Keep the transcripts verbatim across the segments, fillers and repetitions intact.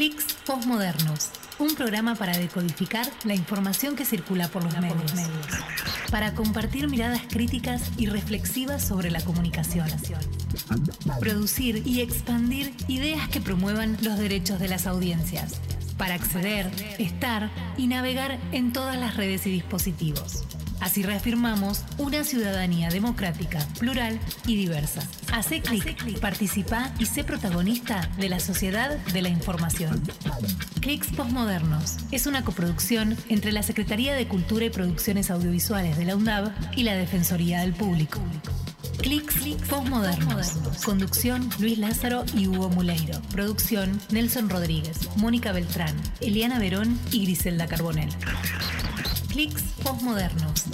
Clics Postmodernos, un programa para decodificar la información que circula por los medios, medios, para compartir miradas críticas y reflexivas sobre la comunicación, producir y expandir ideas que promuevan los derechos de las audiencias, para acceder, estar y navegar en todas las redes y dispositivos. Así reafirmamos una ciudadanía democrática, plural y diversa. Hacé clic, participa y sé protagonista de la sociedad de la información. Clics Postmodernos es una coproducción entre la Secretaría de Cultura y Producciones Audiovisuales de la UNDAV y la Defensoría del Público. Clics Postmodernos. Conducción Luis Lázaro y Hugo Muleiro. Producción Nelson Rodríguez, Mónica Beltrán, Eliana Verón y Griselda Carbonell. Clics Postmodernos.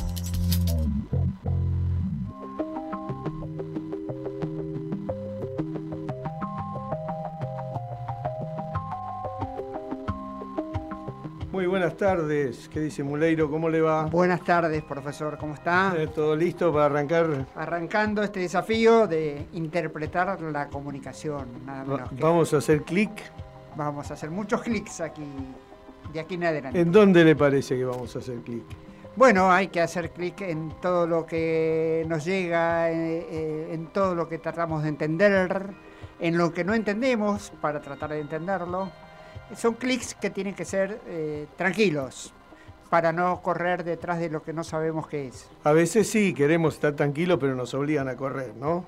Muy buenas tardes, ¿qué dice Muleiro? ¿Cómo le va? Buenas tardes, profesor, ¿cómo está? Eh, ¿Todo listo para arrancar? Arrancando este desafío de interpretar la comunicación, nada menos que... Vamos a hacer clic. Vamos a hacer muchos clics aquí, de aquí en adelante. ¿En dónde le parece que vamos a hacer clic? Bueno, hay que hacer clic en todo lo que nos llega, eh, en todo lo que tratamos de entender, en lo que no entendemos para tratar de entenderlo. Son clics que tienen que ser eh, tranquilos, para no correr detrás de lo que no sabemos qué es. A veces sí, queremos estar tranquilos, pero nos obligan a correr, ¿no?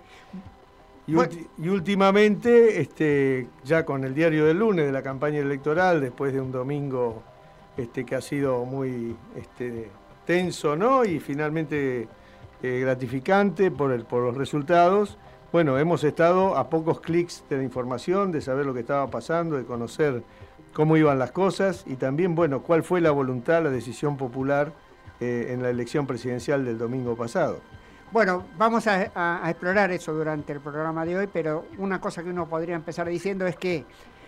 Y, bueno, ulti- y últimamente, este, ya con el diario del lunes de la campaña electoral, después de un domingo este, que ha sido muy este, tenso, ¿no? Y finalmente eh, gratificante por, el, por los resultados. Bueno, hemos estado a pocos clics de la información, de saber lo que estaba pasando, de conocer cómo iban las cosas y también, bueno, cuál fue la voluntad, la decisión popular eh, en la elección presidencial del domingo pasado. Bueno, vamos a, a, a explorar eso durante el programa de hoy, pero una cosa que uno podría empezar diciendo es que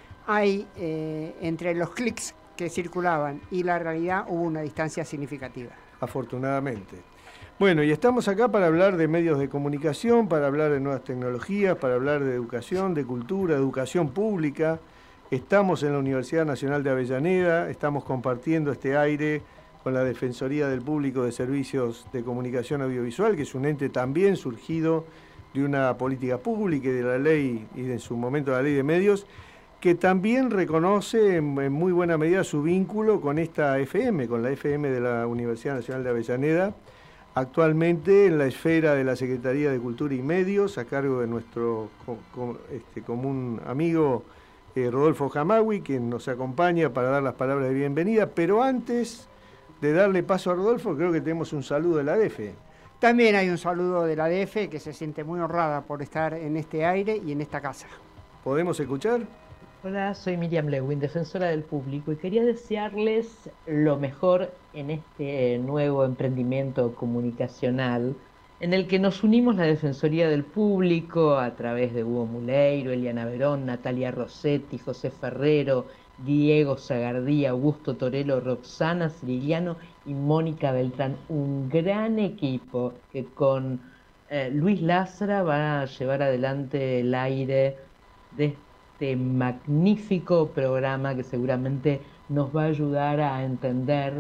hay eh, entre los clics que circulaban y la realidad hubo una distancia significativa. Afortunadamente. Bueno, y estamos acá para hablar de medios de comunicación, para hablar de nuevas tecnologías, para hablar de educación, de cultura, educación pública. Estamos en la Universidad Nacional de Avellaneda, estamos compartiendo este aire con la Defensoría del Público de Servicios de Comunicación Audiovisual, que es un ente también surgido de una política pública y de la ley, y en su momento de la ley de medios, que también reconoce en, en muy buena medida su vínculo con esta F M, con la F M de la Universidad Nacional de Avellaneda, actualmente en la esfera de la Secretaría de Cultura y Medios, a cargo de nuestro co- co- este, común amigo eh, Rodolfo Jamagui, quien nos acompaña para dar las palabras de bienvenida. Pero antes de darle paso a Rodolfo, creo que tenemos un saludo de la D F. También hay un saludo de la D F que se siente muy honrada por estar en este aire y en esta casa. ¿Podemos escuchar? Hola, soy Miriam Lewin, defensora del público, y quería desearles lo mejor en este nuevo emprendimiento comunicacional en el que nos unimos la Defensoría del Público a través de Hugo Muleiro, Eliana Verón, Natalia Rossetti, José Ferrero, Diego Zagardí, Augusto Torello, Roxana Sirigliano y Mónica Beltrán. Un gran equipo que con eh, Luis Lázaro va a llevar adelante el aire de este magnífico programa que seguramente nos va a ayudar a entender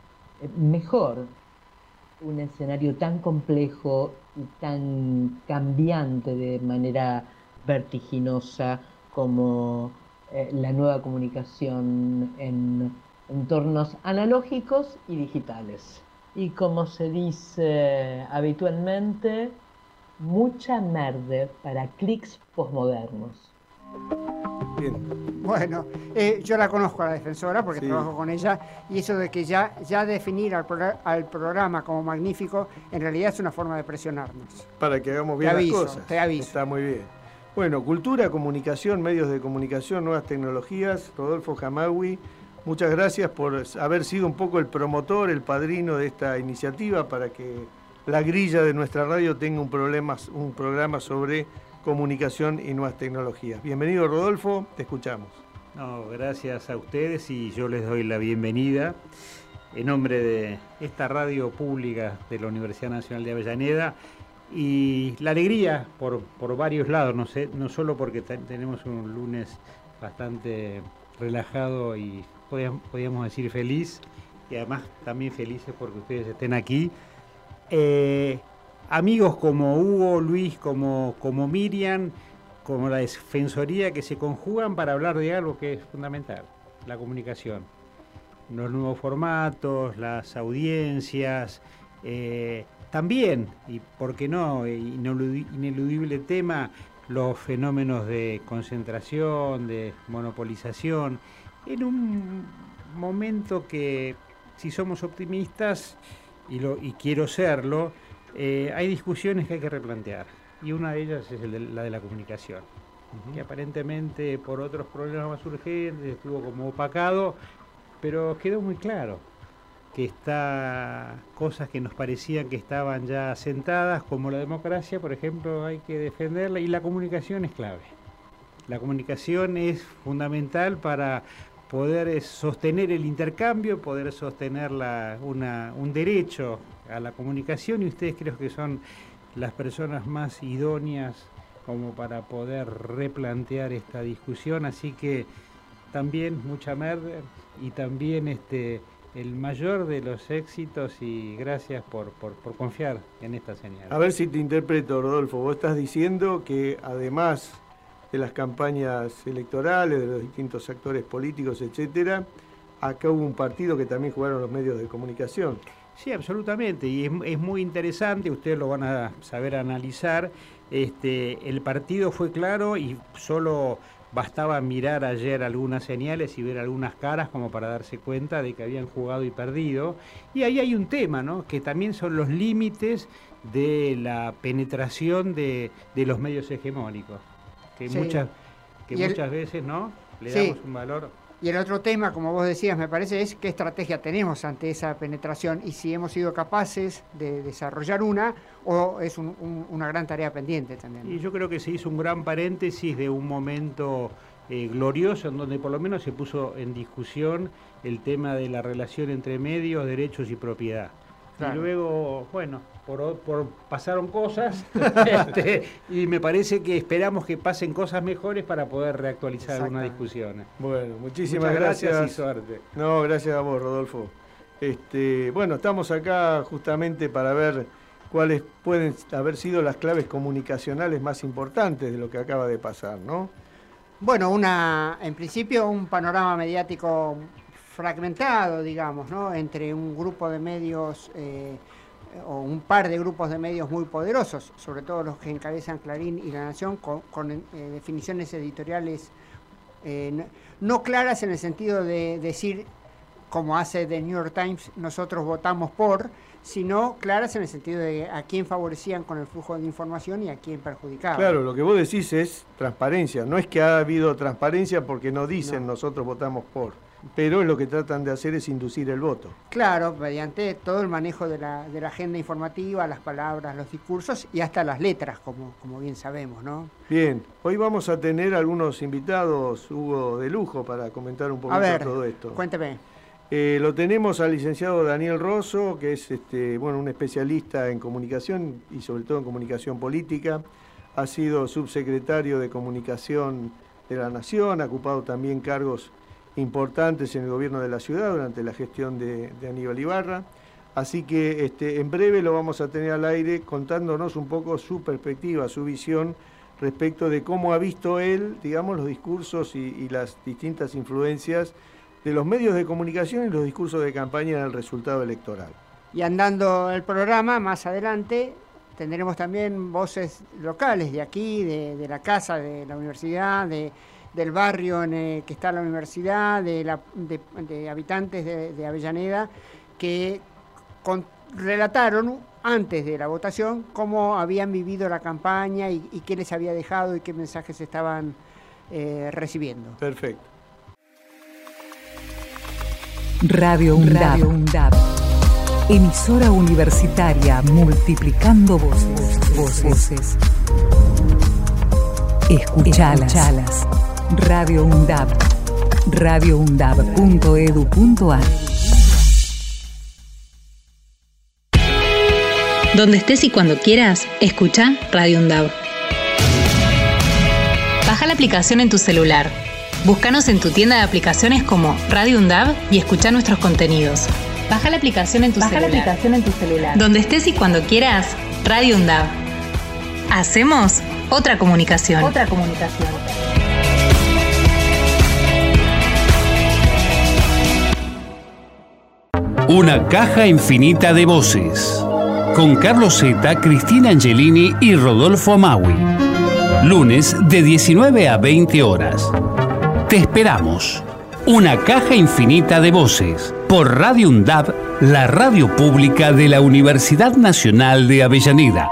mejor un escenario tan complejo y tan cambiante de manera vertiginosa como eh, la nueva comunicación en entornos analógicos y digitales. Y como se dice habitualmente, mucha merde para clics postmodernos. Bien. Bueno, eh, yo la conozco a la defensora porque Sí. trabajo con ella, y eso de que ya, ya definir al, progr- al programa como magnífico en realidad es una forma de presionarnos. Para que hagamos bien Te aviso, las cosas. te aviso. Está muy bien. Bueno, cultura, comunicación, medios de comunicación, nuevas tecnologías. Rodolfo Jamagui, muchas gracias por haber sido un poco el promotor, el padrino de esta iniciativa para que la grilla de nuestra radio tenga un, problema, un programa sobre comunicación y nuevas tecnologías. Bienvenido, Rodolfo, te escuchamos. No, gracias a ustedes y yo les doy la bienvenida en nombre de esta radio pública de la Universidad Nacional de Avellaneda y la alegría por, por varios lados, no sé, no solo porque t- tenemos un lunes bastante relajado y podíamos, podíamos decir feliz, y además también felices porque ustedes estén aquí. Eh, amigos como Hugo, Luis, como, como Miriam, como la Defensoría, que se conjugan para hablar de algo que es fundamental, la comunicación. Los nuevos formatos, las audiencias, eh, también, y por qué no, ineludible tema, los fenómenos de concentración, de monopolización, en un momento que, si somos optimistas, y, lo, y quiero serlo, eh, hay discusiones que hay que replantear, y una de ellas es el de, la de la comunicación, uh-huh. que aparentemente por otros problemas más urgentes estuvo como opacado, pero quedó muy claro que está cosas que nos parecían que estaban ya asentadas, como la democracia, por ejemplo, hay que defenderla, y la comunicación es clave. La comunicación es fundamental para poder sostener el intercambio, poder sostener la, una, un derecho a la comunicación, y ustedes creo que son las personas más idóneas como para poder replantear esta discusión, así que también mucha merda y también este el mayor de los éxitos, y gracias por, por, por confiar en esta señal. A ver si te interpreto, Rodolfo. Vos estás diciendo que además de las campañas electorales, de los distintos actores políticos, etcétera, acá hubo un partido que también jugaron los medios de comunicación. Sí, absolutamente, y es, es muy interesante, ustedes lo van a saber analizar. Este, el partido fue claro y solo bastaba mirar ayer algunas señales y ver algunas caras como para darse cuenta de que habían jugado y perdido. Y ahí hay un tema, ¿no?, que también son los límites de la penetración de, de los medios hegemónicos, que sí. muchas, que muchas el... veces no le sí. damos un valor. Y el otro tema, como vos decías, me parece, es qué estrategia tenemos ante esa penetración y si hemos sido capaces de desarrollar una, o es un, un, una gran tarea pendiente también. Y yo creo que se hizo un gran paréntesis de un momento eh, glorioso en donde por lo menos se puso en discusión el tema de la relación entre medios, derechos y propiedad. Claro. Y luego, bueno, por, por pasaron cosas este, y me parece que esperamos que pasen cosas mejores para poder reactualizar algunas discusiones. Bueno, muchísimas Muchas gracias. gracias y suerte. No, gracias a vos, Rodolfo. Este, bueno, estamos acá justamente para ver cuáles pueden haber sido las claves comunicacionales más importantes de lo que acaba de pasar, ¿no? Bueno, una, en principio un panorama mediático fragmentado, digamos, ¿no?, entre un grupo de medios eh, o un par de grupos de medios muy poderosos, sobre todo los que encabezan Clarín y La Nación, con, con eh, definiciones editoriales eh, no, no claras en el sentido de decir, como hace The New York Times, nosotros votamos por, sino claras en el sentido de a quién favorecían con el flujo de información y a quién perjudicaban. Claro, lo que vos decís es transparencia, no es que ha habido transparencia porque no dicen no. nosotros votamos por. Pero lo que tratan de hacer es inducir el voto. Claro, mediante todo el manejo de la, de la agenda informativa, las palabras, los discursos y hasta las letras, como, como bien sabemos, ¿no? Bien, hoy vamos a tener algunos invitados, Hugo, de lujo para comentar un poquito a ver, todo esto. Cuénteme. Eh, lo tenemos al licenciado Daniel Rosso, que es este, bueno, un especialista en comunicación y sobre todo en comunicación política. Ha sido subsecretario de Comunicación de la Nación, ha ocupado también cargos importantes en el gobierno de la ciudad durante la gestión de, de Aníbal Ibarra. Así que este, en breve lo vamos a tener al aire contándonos un poco su perspectiva, su visión respecto de cómo ha visto él, digamos, los discursos y, y las distintas influencias de los medios de comunicación y los discursos de campaña en el resultado electoral. Y andando el programa, más adelante tendremos también voces locales de aquí, de, de la casa, de la universidad, de del barrio en el que está la universidad, de, la, de, de habitantes de, de Avellaneda, que con, relataron antes de la votación cómo habían vivido la campaña y, y qué les había dejado y qué mensajes estaban eh, recibiendo. Perfecto. Radio UNDAB. Radio UNDAB. Emisora universitaria multiplicando voces. Voces. Escuchalas. Escuchalas. Radio UNDAB, radio undab punto edu punto ar. Donde estés y cuando quieras, escucha Radio UNDAB. Baja la aplicación en tu celular. Búscanos en tu tienda de aplicaciones como Radio UNDAV y escucha nuestros contenidos. Baja la aplicación en tu Baja celular. la aplicación en tu celular. Donde estés y cuando quieras, Radio UNDAV. Hacemos otra comunicación. Otra comunicación. Una caja infinita de voces. Con Carlos Zeta, Cristina Angelini y Rodolfo Amaui. Lunes de diecinueve a veinte horas. Te esperamos. Una caja infinita de voces. Por Radio UNDAV, la radio pública de la Universidad Nacional de Avellaneda.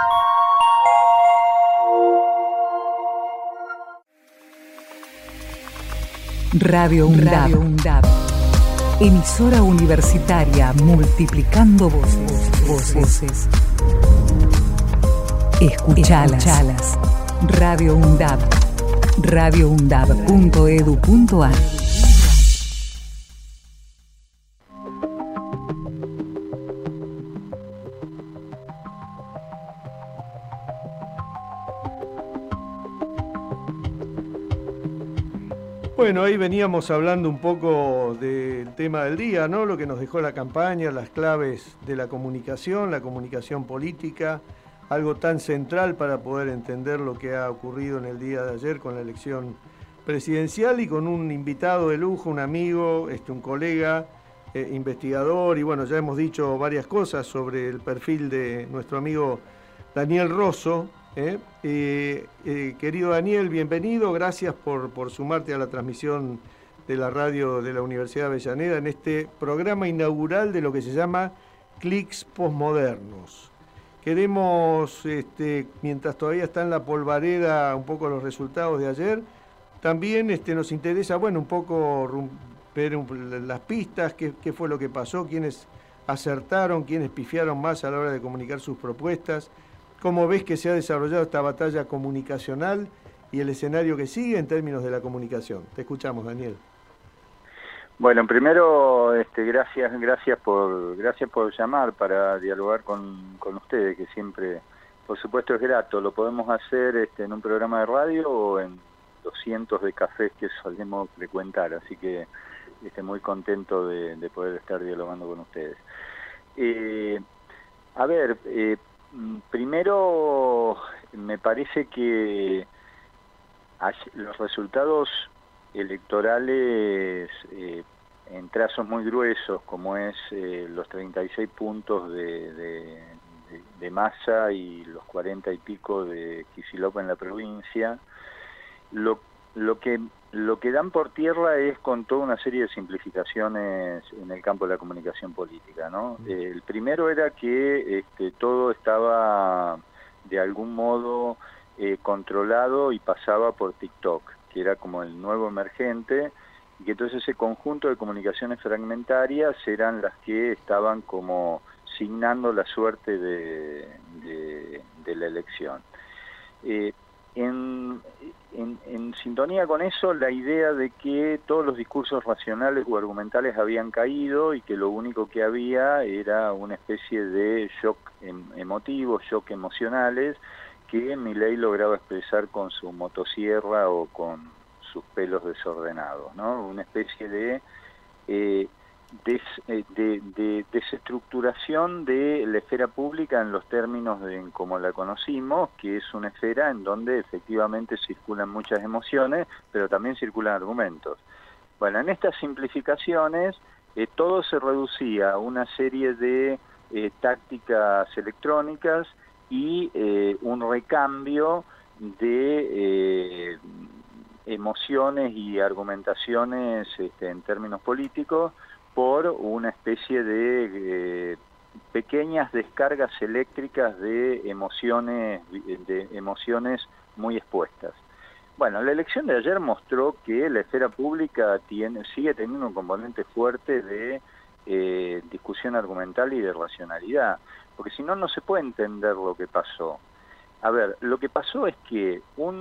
Radio UNDAV. Radio UNDAV. Emisora universitaria multiplicando voces. voces. Escuchalas. Escuchalas. Radio UNDAV. radio undav punto edu punto ar. Bueno, ahí veníamos hablando un poco del tema del día, ¿no? Lo que nos dejó la campaña, las claves de la comunicación, la comunicación política, algo tan central para poder entender lo que ha ocurrido en el día de ayer con la elección presidencial y con un invitado de lujo, un amigo, este, un colega, eh, investigador, y bueno, ya hemos dicho varias cosas sobre el perfil de nuestro amigo Daniel Rosso. ¿eh? Eh, eh, querido Daniel, bienvenido, gracias por, por sumarte a la transmisión de la radio de la Universidad de Avellaneda en este programa inaugural de lo que se llama Clics Postmodernos. Queremos, este, mientras todavía está en la polvareda un poco los resultados de ayer, también este, nos interesa, bueno, un poco ver un, las pistas, qué, qué fue lo que pasó, quiénes acertaron, quiénes pifiaron más a la hora de comunicar sus propuestas. ¿Cómo ves que se ha desarrollado esta batalla comunicacional y el escenario que sigue en términos de la comunicación? Te escuchamos, Daniel. Bueno, primero, este, gracias, gracias por, gracias por llamar para dialogar con, con ustedes, que siempre, por supuesto, es grato. Lo podemos hacer este, en un programa de radio o en los cientos de cafés que solemos frecuentar, así que estoy muy contento de, de poder estar dialogando con ustedes. Eh, a ver, eh, primero me parece que los resultados electorales eh, en trazos muy gruesos, como es eh, los treinta y seis puntos de, de, de, de Massa y los cuarenta y pico de Kicillof en la provincia, lo, lo que lo que dan por tierra es con toda una serie de simplificaciones en el campo de la comunicación política, ¿no? Eh, el primero era que este, todo estaba de algún modo eh, controlado y pasaba por TikTok, que era como el nuevo emergente, y que entonces ese conjunto de comunicaciones fragmentarias eran las que estaban como signando la suerte de, de, de la elección. Eh, en, en, en sintonía con eso, la idea de que todos los discursos racionales o argumentales habían caído y que lo único que había era una especie de shock em, emotivo, shock emocionales, que Milei lograba expresar con su motosierra o con sus pelos desordenados, ¿no? Una especie de, eh, des, eh, de, de desestructuración de la esfera pública en los términos de en como la conocimos, que es una esfera en donde efectivamente circulan muchas emociones, pero también circulan argumentos. Bueno, en estas simplificaciones eh, todo se reducía a una serie de eh, tácticas electrónicas y eh, un recambio de eh, emociones y argumentaciones este, en términos políticos por una especie de eh, pequeñas descargas eléctricas de emociones, de emociones muy expuestas. Bueno, la elección de ayer mostró que la esfera pública tiene, sigue teniendo un componente fuerte de eh, discusión argumental y de racionalidad, porque si no, no se puede entender lo que pasó. A ver, lo que pasó es que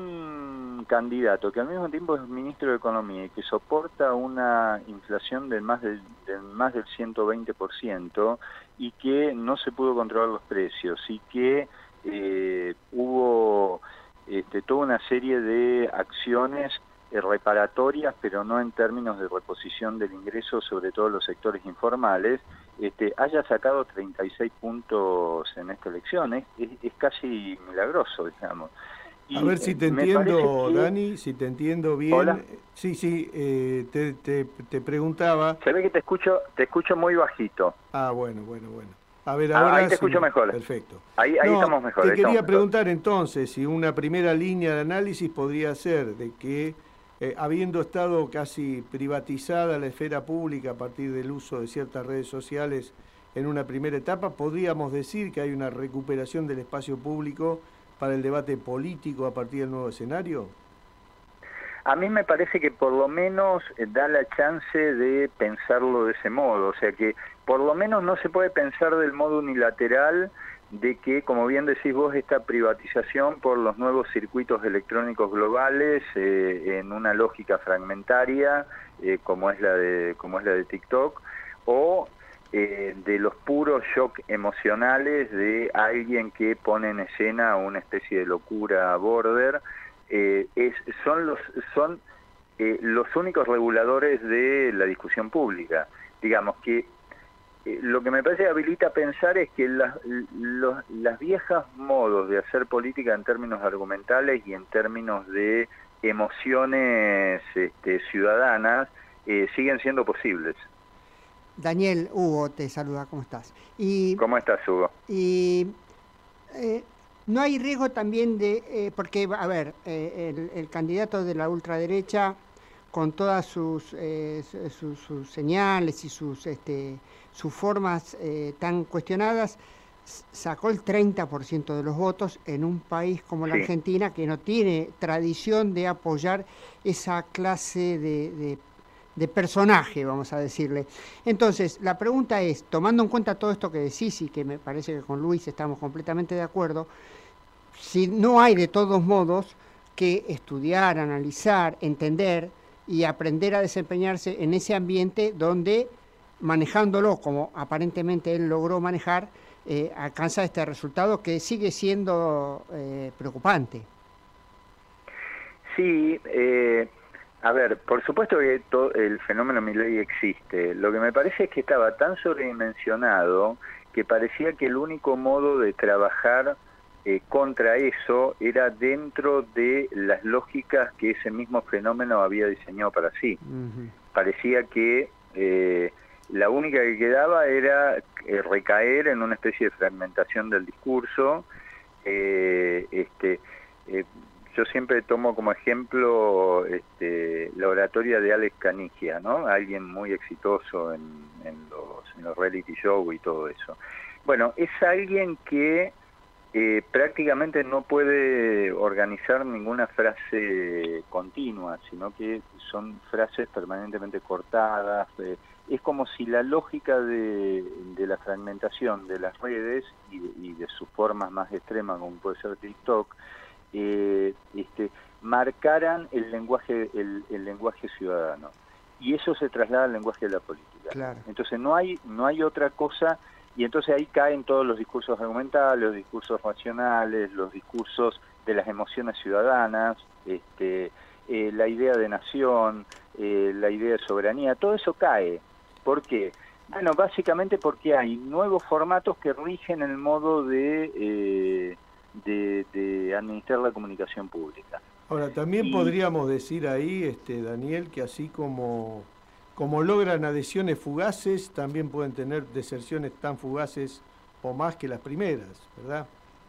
un candidato que al mismo tiempo es ministro de Economía y que soporta una inflación de más del, de más del ciento veinte por ciento y que no se pudo controlar los precios y que eh, hubo este, toda una serie de acciones eh, reparatorias, pero no en términos de reposición del ingreso, sobre todo los sectores informales, este, haya sacado treinta y seis puntos en esta elección. Es, es, es casi milagroso, digamos. Y, a ver si te eh, entiendo, que... Dani, si te entiendo bien. Hola. Sí, sí, eh, te, te, te preguntaba. Se ve que te escucho, te escucho muy bajito. Ah, bueno, bueno, bueno. A ver, ahora ah, ahí te sí, escucho mejor. Perfecto. Ahí, ahí no, estamos mejor. Te quería mejor. preguntar entonces si una primera línea de análisis podría ser de que, eh, habiendo estado casi privatizada la esfera pública a partir del uso de ciertas redes sociales en una primera etapa, podríamos decir que hay una recuperación del espacio público para el debate político a partir del nuevo escenario. A mí me parece que por lo menos da la chance de pensarlo de ese modo, o sea que por lo menos no se puede pensar del modo unilateral de que, como bien decís vos, esta privatización por los nuevos circuitos electrónicos globales eh, en una lógica fragmentaria, eh, como es la de como es la de TikTok, o eh, de los puros shock emocionales de alguien que pone en escena una especie de locura border. Eh, es, son los son eh, los únicos reguladores de la discusión pública. Digamos que eh, lo que me parece que habilita a pensar es que las, los, las viejas modos de hacer política en términos argumentales y en términos de emociones este, ciudadanas eh, siguen siendo posibles. Daniel, Hugo te saluda, ¿cómo estás? Y, ¿Cómo estás, Hugo? Y eh, no hay riesgo también de, eh, porque, a ver, eh, el, el candidato de la ultraderecha, con todas sus, eh, sus, sus señales y sus, este, sus formas eh, tan cuestionadas, sacó el treinta por ciento de los votos en un país como la sí. Argentina, que no tiene tradición de apoyar esa clase de, de, de personaje, vamos a decirle. Entonces, la pregunta es, tomando en cuenta todo esto que decís, y que me parece que con Luis estamos completamente de acuerdo, si no hay de todos modos que estudiar, analizar, entender y aprender a desempeñarse en ese ambiente donde, manejándolo como aparentemente él logró manejar, eh, alcanza este resultado que sigue siendo eh, preocupante. Sí, eh, a ver, por supuesto que todo el fenómeno Milei existe. Lo que me parece es que estaba tan sobredimensionado que parecía que el único modo de trabajar Eh, contra eso era dentro de las lógicas que ese mismo fenómeno había diseñado para sí. Uh-huh. Parecía que eh, la única que quedaba era eh, recaer en una especie de fragmentación del discurso. Eh, este, eh, yo siempre tomo como ejemplo este, la oratoria de Alex Canigia, ¿no? Alguien muy exitoso en, en, los, en los reality shows y todo eso. Bueno, es alguien que Eh, prácticamente no puede organizar ninguna frase continua, sino que son frases permanentemente cortadas. Eh, es como si la lógica de, de la fragmentación de las redes y, y de sus formas más extremas, como puede ser TikTok, eh, este, marcaran el lenguaje, el, el lenguaje ciudadano. Y eso se traslada al lenguaje de la política. Claro. Entonces no hay, no hay otra cosa. Y entonces ahí caen todos los discursos argumentales, los discursos racionales, los discursos de las emociones ciudadanas, este, eh, la idea de nación, eh, la idea de soberanía, todo eso cae. ¿Por qué? Bueno, básicamente porque hay nuevos formatos que rigen el modo de, eh, de, de administrar la comunicación pública. Ahora, también y... podríamos decir ahí, este, Daniel, que así como... Como logran adhesiones fugaces, también pueden tener deserciones tan fugaces o más que las primeras, ¿verdad?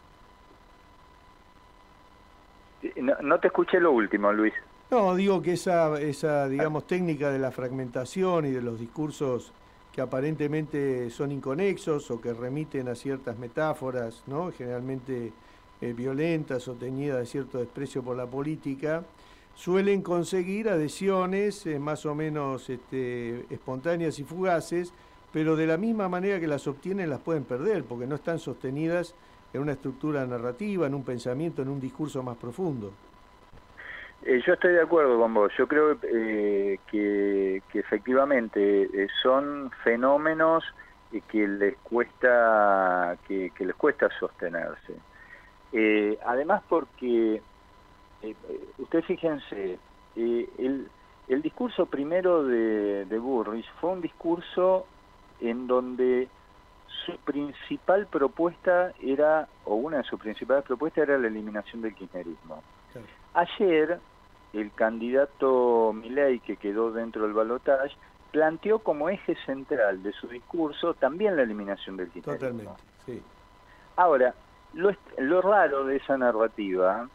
No, no te escuché lo último, Luis. No, digo que esa, esa, digamos, técnica de la fragmentación y de los discursos que aparentemente son inconexos o que remiten a ciertas metáforas, ¿no? Generalmente eh, violentas o teñidas de cierto desprecio por la política, suelen conseguir adhesiones eh, más o menos este, espontáneas y fugaces, pero de la misma manera que las obtienen las pueden perder, porque no están sostenidas en una estructura narrativa, en un pensamiento, en un discurso más profundo. Eh, yo estoy de acuerdo con vos. Yo creo eh, que, que efectivamente eh, son fenómenos eh, que les cuesta que, que les cuesta sostenerse. Eh, además porque Eh, ustedes fíjense, eh, el, el discurso primero de, de Bullrich fue un discurso en donde su principal propuesta era, o una de sus principales propuestas era la eliminación del kirchnerismo. Claro. Ayer, el candidato Milei, que quedó dentro del balotaje, planteó como eje central de su discurso también la eliminación del kirchnerismo. Totalmente, sí. Ahora, lo, lo raro de esa narrativa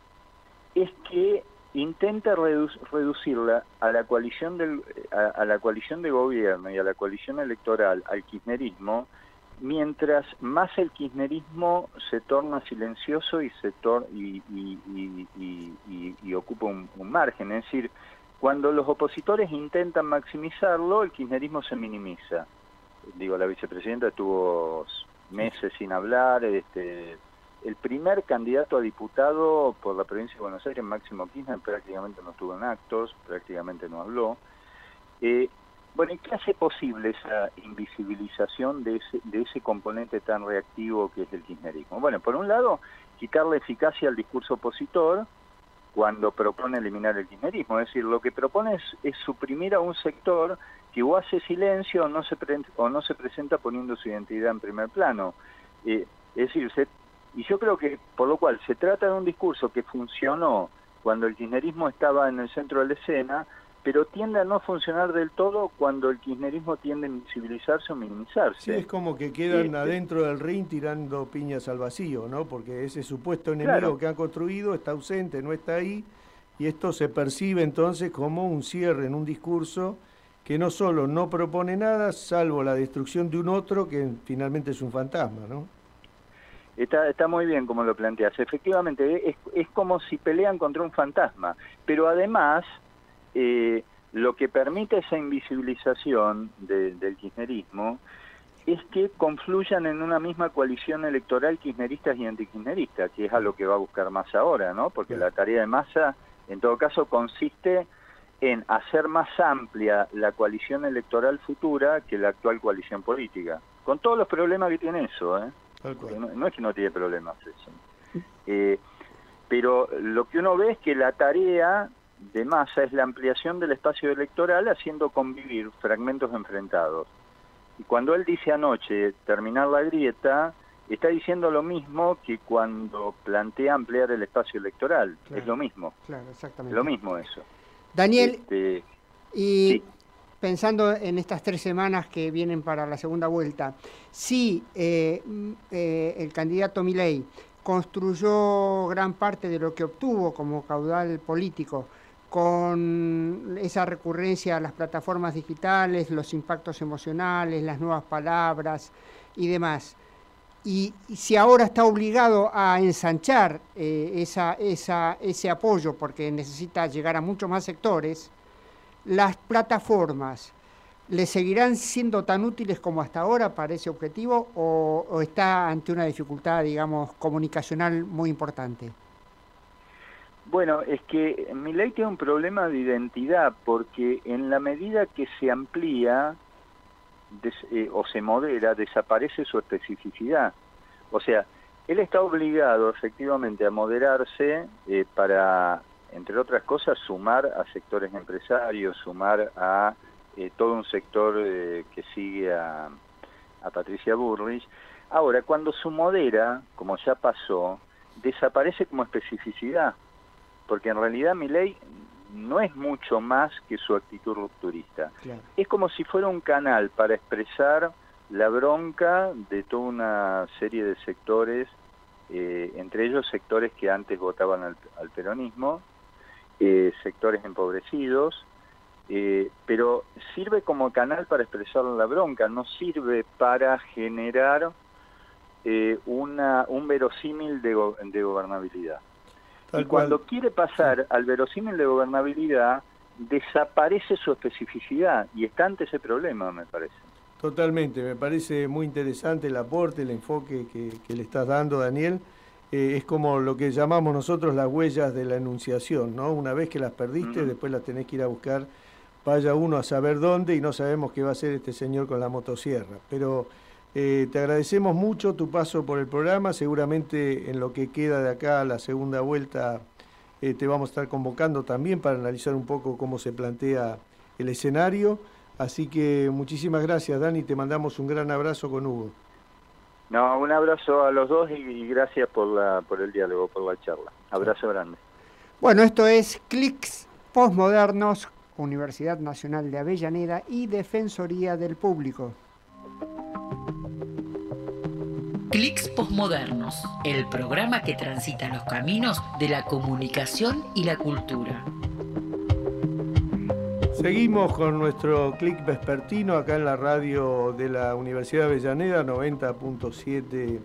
es que intenta redu reducirla a la coalición del a, a la coalición de gobierno y a la coalición electoral, al kirchnerismo, mientras más el kirchnerismo se torna silencioso y se tor y, y, y, y, y, y ocupa un, un margen. Es decir, cuando los opositores intentan maximizarlo, el kirchnerismo se minimiza. Digo, la vicepresidenta estuvo meses sin hablar. Este, el primer candidato a diputado por la provincia de Buenos Aires, Máximo Kirchner, prácticamente no estuvo en actos, prácticamente no habló. Eh, Bueno, ¿y qué hace posible esa invisibilización de ese, de ese componente tan reactivo que es el kirchnerismo? Bueno, por un lado, quitarle eficacia al discurso opositor cuando propone eliminar el kirchnerismo. Es decir, lo que propone es, es suprimir a un sector que o hace silencio o no se, pre o no se presenta poniendo su identidad en primer plano. Eh, es decir, se, y yo creo que, por lo cual, se trata de un discurso que funcionó cuando el kirchnerismo estaba en el centro de la escena, pero tiende a no funcionar del todo cuando el kirchnerismo tiende a invisibilizarse o minimizarse. Sí, es como que quedan este, adentro del ring tirando piñas al vacío, ¿no? Porque ese supuesto enemigo claro. que han construido está ausente, no está ahí, y esto se percibe entonces como un cierre en un discurso que no solo no propone nada, salvo la destrucción de un otro que finalmente es un fantasma, ¿no? Está, está muy bien como lo planteas. Efectivamente, es, es como si pelean contra un fantasma, pero además... Eh, lo que permite esa invisibilización de, del kirchnerismo es que confluyan en una misma coalición electoral kirchneristas y antikirchneristas, que es a lo que va a buscar Massa ahora, ¿no? Porque la tarea de Massa, en todo caso, consiste en hacer más amplia la coalición electoral futura que la actual coalición política, con todos los problemas que tiene eso, ¿eh? No, no es que no tiene problemas eso. Eh, pero lo que uno ve es que la tarea de Massa es la ampliación del espacio electoral haciendo convivir fragmentos enfrentados. Y cuando él dice anoche terminar la grieta, está diciendo lo mismo que cuando plantea ampliar el espacio electoral. Claro, es lo mismo. Claro, exactamente. Es lo mismo eso. Daniel, este, y sí. pensando en estas tres semanas que vienen para la segunda vuelta, si eh, eh, el candidato Milei construyó gran parte de lo que obtuvo como caudal político con esa recurrencia a las plataformas digitales, los impactos emocionales, las nuevas palabras y demás. Y, y si ahora está obligado a ensanchar eh, esa, esa, ese apoyo porque necesita llegar a muchos más sectores, las plataformas ¿le seguirán siendo tan útiles como hasta ahora para ese objetivo o, o está ante una dificultad, digamos, comunicacional muy importante? Bueno, es que Milei tiene un problema de identidad, porque en la medida que se amplía des, eh, o se modera, desaparece su especificidad. O sea, él está obligado efectivamente a moderarse eh, para, entre otras cosas, sumar a sectores empresarios, sumar a eh, todo un sector eh, que sigue a, a Patricia Bullrich. Ahora, cuando se modera, como ya pasó, desaparece como especificidad, porque en realidad Milei no es mucho más que su actitud rupturista. Claro. Es como si fuera un canal para expresar la bronca de toda una serie de sectores, eh, entre ellos sectores que antes votaban al, al peronismo, eh, sectores empobrecidos, eh, pero sirve como canal para expresar la bronca, no sirve para generar eh, una, un verosímil de, go de gobernabilidad. Tal y cuando cual. quiere pasar al verosímil de gobernabilidad, desaparece su especificidad, y está ante ese problema, me parece. Totalmente, me parece muy interesante el aporte, el enfoque que, que le estás dando, Daniel. Eh, es como lo que llamamos nosotros las huellas de la enunciación, ¿no? Una vez que las perdiste, uh-huh. después las tenés que ir a buscar, vaya uno a saber dónde, y no sabemos qué va a hacer este señor con la motosierra. Pero eh, te agradecemos mucho tu paso por el programa, seguramente en lo que queda de acá a la segunda vuelta eh, te vamos a estar convocando también para analizar un poco cómo se plantea el escenario. Así que muchísimas gracias, Dani, te mandamos un gran abrazo con Hugo. No, un abrazo a los dos y, y gracias por, la, por el diálogo, por la charla. Abrazo grande. Bueno, esto es Clics Postmodernos, Universidad Nacional de Avellaneda y Defensoría del Público. Clics Postmodernos, el programa que transita los caminos de la comunicación y la cultura. Seguimos con nuestro clic vespertino acá en la radio de la Universidad de Avellaneda, noventa punto siete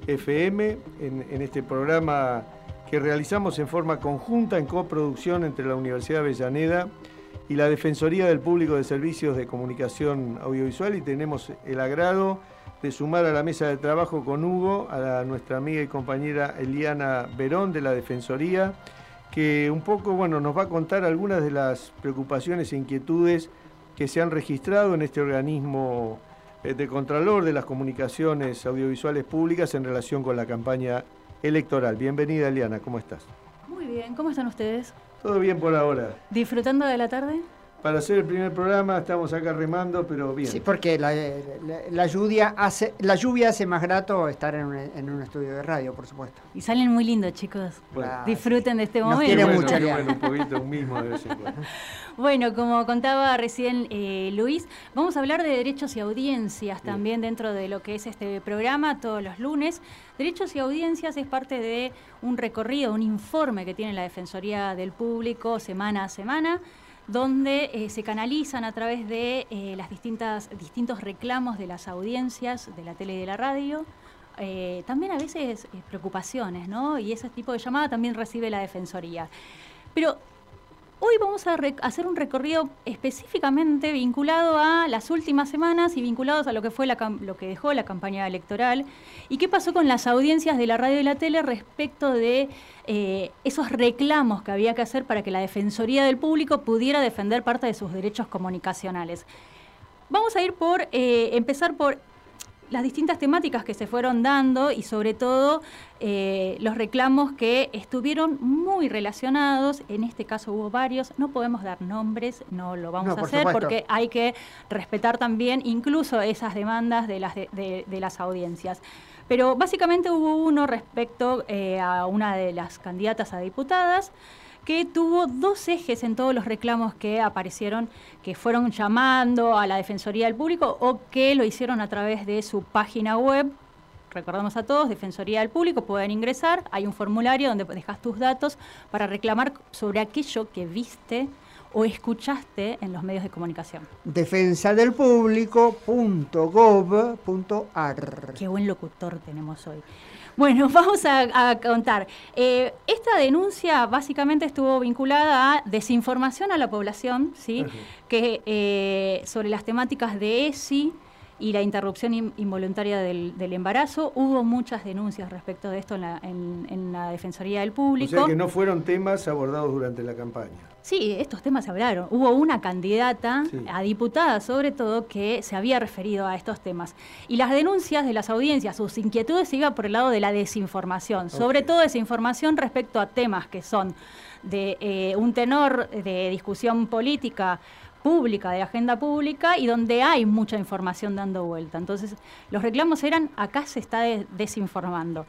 F M, en, en este programa que realizamos en forma conjunta, en coproducción entre la Universidad de Avellaneda y la Defensoría del Público de Servicios de Comunicación Audiovisual, y tenemos el agrado de sumar a la mesa de trabajo con Hugo a la, nuestra amiga y compañera Eliana Verón de la Defensoría, que un poco, bueno, nos va a contar algunas de las preocupaciones e inquietudes que se han registrado en este organismo de Contralor de las Comunicaciones Audiovisuales Públicas en relación con la campaña electoral. Bienvenida, Eliana, ¿cómo estás? Muy bien, ¿cómo están ustedes? Todo bien por ahora. ¿Disfrutando de la tarde? Para hacer el primer programa estamos acá remando, pero bien. Sí, porque la, la, la, lluvia, hace, la lluvia hace más grato estar en un, en un estudio de radio, por supuesto. Y salen muy lindos, chicos. Bueno, disfruten de este nos momento. Tiene bueno, mucha bueno, un poquito un mismo de vez en cuando. Bueno, como contaba recién eh, Luis, vamos a hablar de derechos y audiencias bien. También dentro de lo que es este programa todos los lunes. Derechos y audiencias es parte de un recorrido, un informe que tiene la Defensoría del Público semana a semana, donde eh, se canalizan a través de eh, las distintas distintos reclamos de las audiencias de la tele y de la radio, eh, también a veces eh, preocupaciones, ¿no? Y ese tipo de llamada también recibe la Defensoría. Pero hoy vamos a hacer un recorrido específicamente vinculado a las últimas semanas y vinculados a lo que fue la lo que dejó la campaña electoral y qué pasó con las audiencias de la radio y la tele respecto de eh, esos reclamos que había que hacer para que la Defensoría del Público pudiera defender parte de sus derechos comunicacionales. Vamos a ir por eh, empezar por las distintas temáticas que se fueron dando y sobre todo eh, los reclamos que estuvieron muy relacionados. En este caso hubo varios, no podemos dar nombres, no lo vamos no, a hacer supuesto. Porque hay que respetar también incluso esas demandas de las, de, de, de las audiencias. Pero básicamente hubo uno respecto eh, a una de las candidatas a diputadas que tuvo dos ejes en todos los reclamos que aparecieron, que fueron llamando a la Defensoría del Público o que lo hicieron a través de su página web. Recordamos a todos, Defensoría del Público, pueden ingresar, hay un formulario donde dejas tus datos para reclamar sobre aquello que viste o escuchaste en los medios de comunicación. defensa del público punto gov punto ar. Qué buen locutor tenemos hoy. Bueno, vamos a, a contar. Eh, esta denuncia básicamente estuvo vinculada a desinformación a la población, ¿sí? Uh-huh. que eh, sobre las temáticas de E S I y la interrupción in, involuntaria del, del embarazo. Hubo muchas denuncias respecto de esto en la, en, en la Defensoría del Público. O sea que no fueron temas abordados durante la campaña. Sí, estos temas se hablaron. Hubo una candidata, sí. a diputada sobre todo, que se había referido a estos temas. Y las denuncias de las audiencias, sus inquietudes iban por el lado de la desinformación. Okay. Sobre todo desinformación respecto a temas que son de eh, un tenor de discusión política pública, de agenda pública, y donde hay mucha información dando vuelta. Entonces, los reclamos eran, acá se está de- desinformando.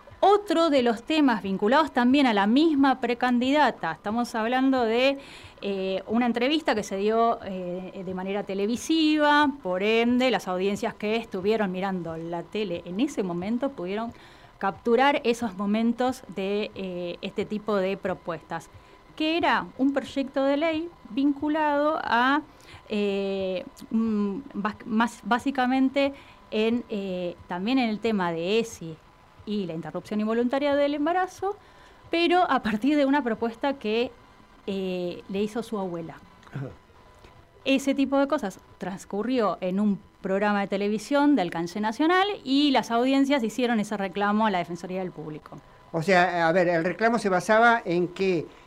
Otro de los temas vinculados también a la misma precandidata, estamos hablando de eh, una entrevista que se dio eh, de manera televisiva, por ende las audiencias que estuvieron mirando la tele en ese momento pudieron capturar esos momentos de eh, este tipo de propuestas, que era un proyecto de ley vinculado a, eh, mm, más básicamente, en, eh, también en el tema de E S I y la interrupción involuntaria del embarazo, pero a partir de una propuesta que eh, le hizo su abuela. Ajá. Ese tipo de cosas transcurrió en un programa de televisión de alcance nacional y las audiencias hicieron ese reclamo a la Defensoría del Público. O sea, a ver, el reclamo se basaba en que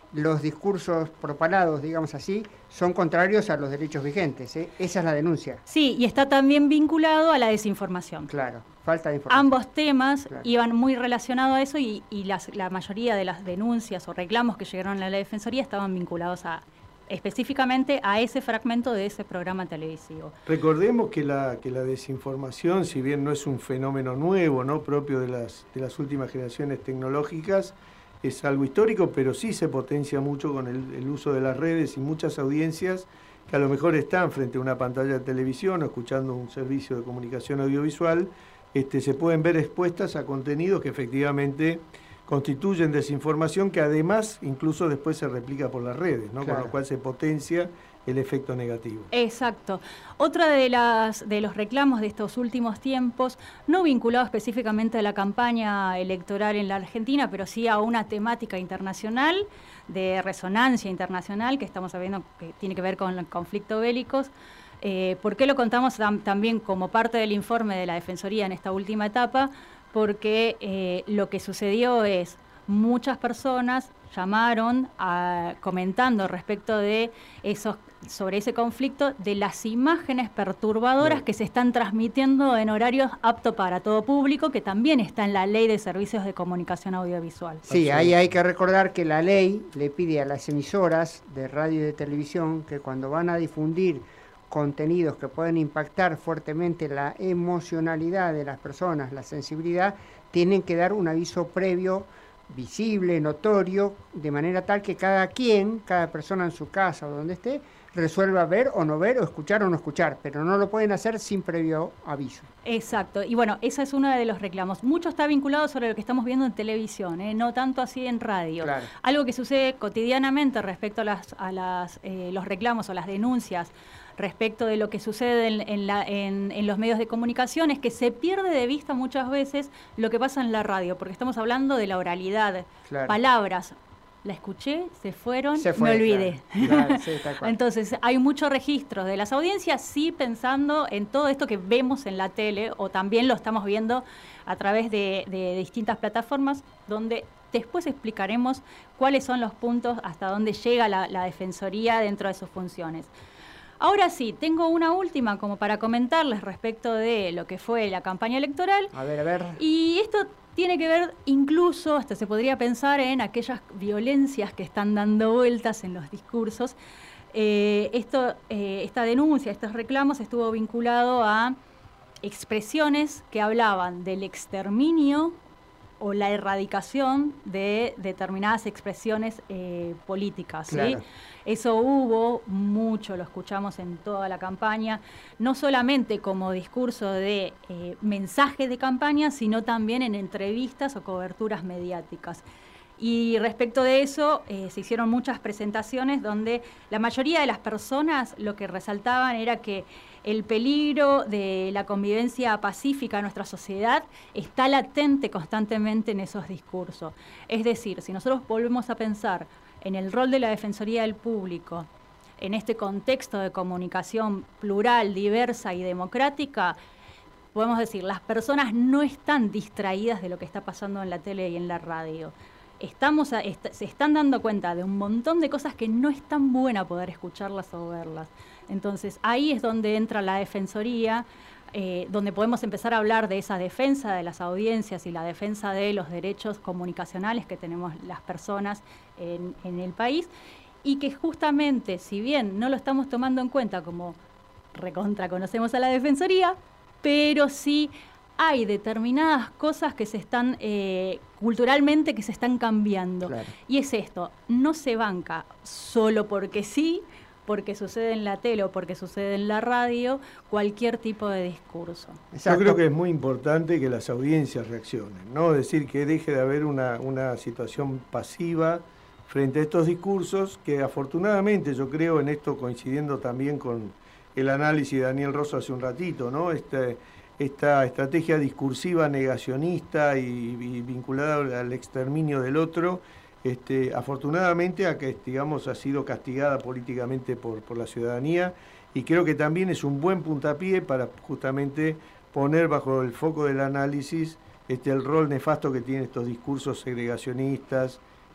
los discursos propalados, digamos así, son contrarios a los derechos vigentes. ¿eh? Esa es la denuncia. Sí, y está también vinculado a la desinformación. Claro, falta de información. Ambos temas claro. iban muy relacionados a eso y, y las, la mayoría de las denuncias o reclamos que llegaron a la Defensoría estaban vinculados a específicamente a ese fragmento de ese programa televisivo. Recordemos que la, que la desinformación, si bien no es un fenómeno nuevo, ¿no? propio de las, de las últimas generaciones tecnológicas, es algo histórico, pero sí se potencia mucho con el, el uso de las redes y muchas audiencias que a lo mejor están frente a una pantalla de televisión o escuchando un servicio de comunicación audiovisual, este, se pueden ver expuestas a contenidos que efectivamente constituyen desinformación, que además incluso después se replica por las redes, ¿no? Claro. Con lo cual se potencia el efecto negativo. Exacto. Otra de las de los reclamos de estos últimos tiempos, no vinculado específicamente a la campaña electoral en la Argentina, pero sí a una temática internacional, de resonancia internacional, que estamos sabiendo que tiene que ver con los conflictos bélicos. Eh, ¿Por qué lo contamos tam- también como parte del informe de la Defensoría en esta última etapa? Porque eh, lo que sucedió es muchas personas llamaron a, comentando respecto de esos sobre ese conflicto, de las imágenes perturbadoras Bien. que se están transmitiendo en horarios aptos para todo público, que también está en la Ley de Servicios de Comunicación Audiovisual. Sí, ahí hay que recordar que la ley le pide a las emisoras de radio y de televisión que cuando van a difundir contenidos que pueden impactar fuertemente la emocionalidad de las personas, la sensibilidad, tienen que dar un aviso previo, visible, notorio, de manera tal que cada quien, cada persona en su casa o donde esté, resuelva ver o no ver, o escuchar o no escuchar, pero no lo pueden hacer sin previo aviso. Exacto, y bueno, ese es uno de los reclamos. Mucho está vinculado sobre lo que estamos viendo en televisión, ¿eh? No tanto así en radio. Claro. Algo que sucede cotidianamente respecto a, las, a las, eh, los reclamos o las denuncias respecto de lo que sucede en, en, la, en, en los medios de comunicación es que se pierde de vista muchas veces lo que pasa en la radio, porque estamos hablando de la oralidad, claro. Palabras. La escuché, se fueron, se fue, me olvidé. Claro. Claro, sí, tal cual. Entonces, hay muchos registros de las audiencias, sí pensando en todo esto que vemos en la tele, o también lo estamos viendo a través de, de distintas plataformas, donde después explicaremos cuáles son los puntos hasta dónde llega la, la Defensoría dentro de sus funciones. Ahora sí, tengo una última como para comentarles respecto de lo que fue la campaña electoral. A ver, a ver. Y esto tiene que ver incluso, hasta se podría pensar en aquellas violencias que están dando vueltas en los discursos. Eh, esto, eh, esta denuncia, estos reclamos estuvo vinculado a expresiones que hablaban del exterminio o la erradicación de determinadas expresiones eh, políticas, ¿sí? Claro. Eso hubo mucho, lo escuchamos en toda la campaña, no solamente como discurso de eh, mensaje de campaña, sino también en entrevistas o coberturas mediáticas. Y respecto de eso, eh, se hicieron muchas presentaciones donde la mayoría de las personas lo que resaltaban era que el peligro de la convivencia pacífica en nuestra sociedad está latente constantemente en esos discursos. Es decir, si nosotros volvemos a pensar en el rol de la Defensoría del Público, en este contexto de comunicación plural, diversa y democrática, podemos decir, las personas no están distraídas de lo que está pasando en la tele y en la radio. Estamos a, est- se están dando cuenta de un montón de cosas que no es tan buena poder escucharlas o verlas. Entonces, ahí es donde entra la Defensoría, eh, donde podemos empezar a hablar de esa defensa de las audiencias y la defensa de los derechos comunicacionales que tenemos las personas en, en el país, y que justamente, si bien no lo estamos tomando en cuenta como recontra conocemos a la Defensoría, pero sí hay determinadas cosas que se están, eh, culturalmente, que se están cambiando. Claro. Y es esto, no se banca solo porque sí, porque sucede en la tele o porque sucede en la radio, cualquier tipo de discurso. Exacto. Yo creo que es muy importante que las audiencias reaccionen, ¿no? Es decir, que deje de haber una, una situación pasiva frente a estos discursos, que afortunadamente yo creo, en esto coincidiendo también con el análisis de Daniel Rosso hace un ratito, ¿no? Este, esta estrategia discursiva negacionista y, y vinculada al exterminio del otro, este, afortunadamente a que, digamos, ha sido castigada políticamente por, por la ciudadanía, y creo que también es un buen puntapié para justamente poner bajo el foco del análisis este, el rol nefasto que tienen estos discursos segregacionistas,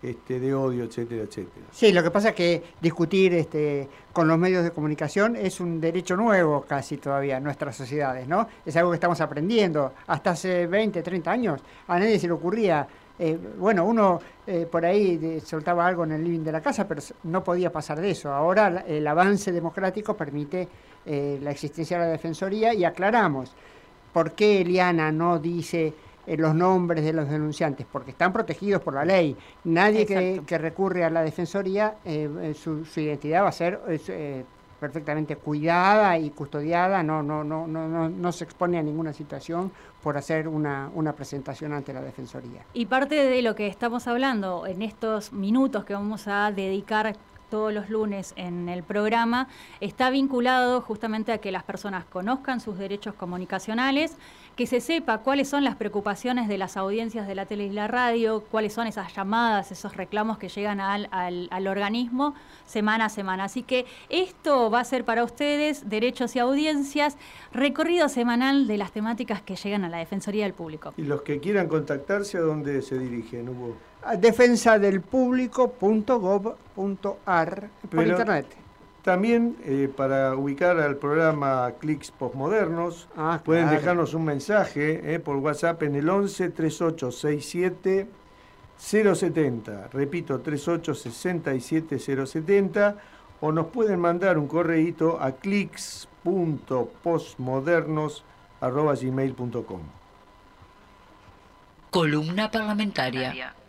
este, de odio, etcétera, etcétera. Sí, lo que pasa es que discutir este, con los medios de comunicación es un derecho nuevo casi todavía en nuestras sociedades, ¿no? Es algo que estamos aprendiendo. Hasta hace veinte, treinta años a nadie se le ocurría. Eh, bueno, uno eh, por ahí de, soltaba algo en el living de la casa, pero no podía pasar de eso. Ahora la, el avance democrático permite eh, la existencia de la Defensoría y aclaramos por qué Eliana no dice eh, los nombres de los denunciantes, porque están protegidos por la ley. Nadie que, que recurre a la Defensoría, eh, su, su identidad va a ser eh, perfectamente cuidada y custodiada, no, no, no, no, no, no se expone a ninguna situación por hacer una, una presentación ante la Defensoría. Y parte de lo que estamos hablando en estos minutos que vamos a dedicar todos los lunes en el programa está vinculado justamente a que las personas conozcan sus derechos comunicacionales, que se sepa cuáles son las preocupaciones de las audiencias de la tele y la radio, cuáles son esas llamadas, esos reclamos que llegan al, al, al organismo semana a semana. Así que esto va a ser para ustedes, derechos y audiencias, recorrido semanal de las temáticas que llegan a la Defensoría del Público. Y los que quieran contactarse, ¿a dónde se dirigen, Hugo? defensa del público punto gov punto ar por Pero internet. También eh, para ubicar al programa Clics Postmodernos, ah, pueden claro. dejarnos un mensaje eh, por WhatsApp en el once, treinta y ocho sesenta y siete, cero setenta. Repito, treinta y ocho sesenta y siete, cero setenta. O nos pueden mandar un correíto a clics punto postmodernos arroba gmail punto com. Columna parlamentaria.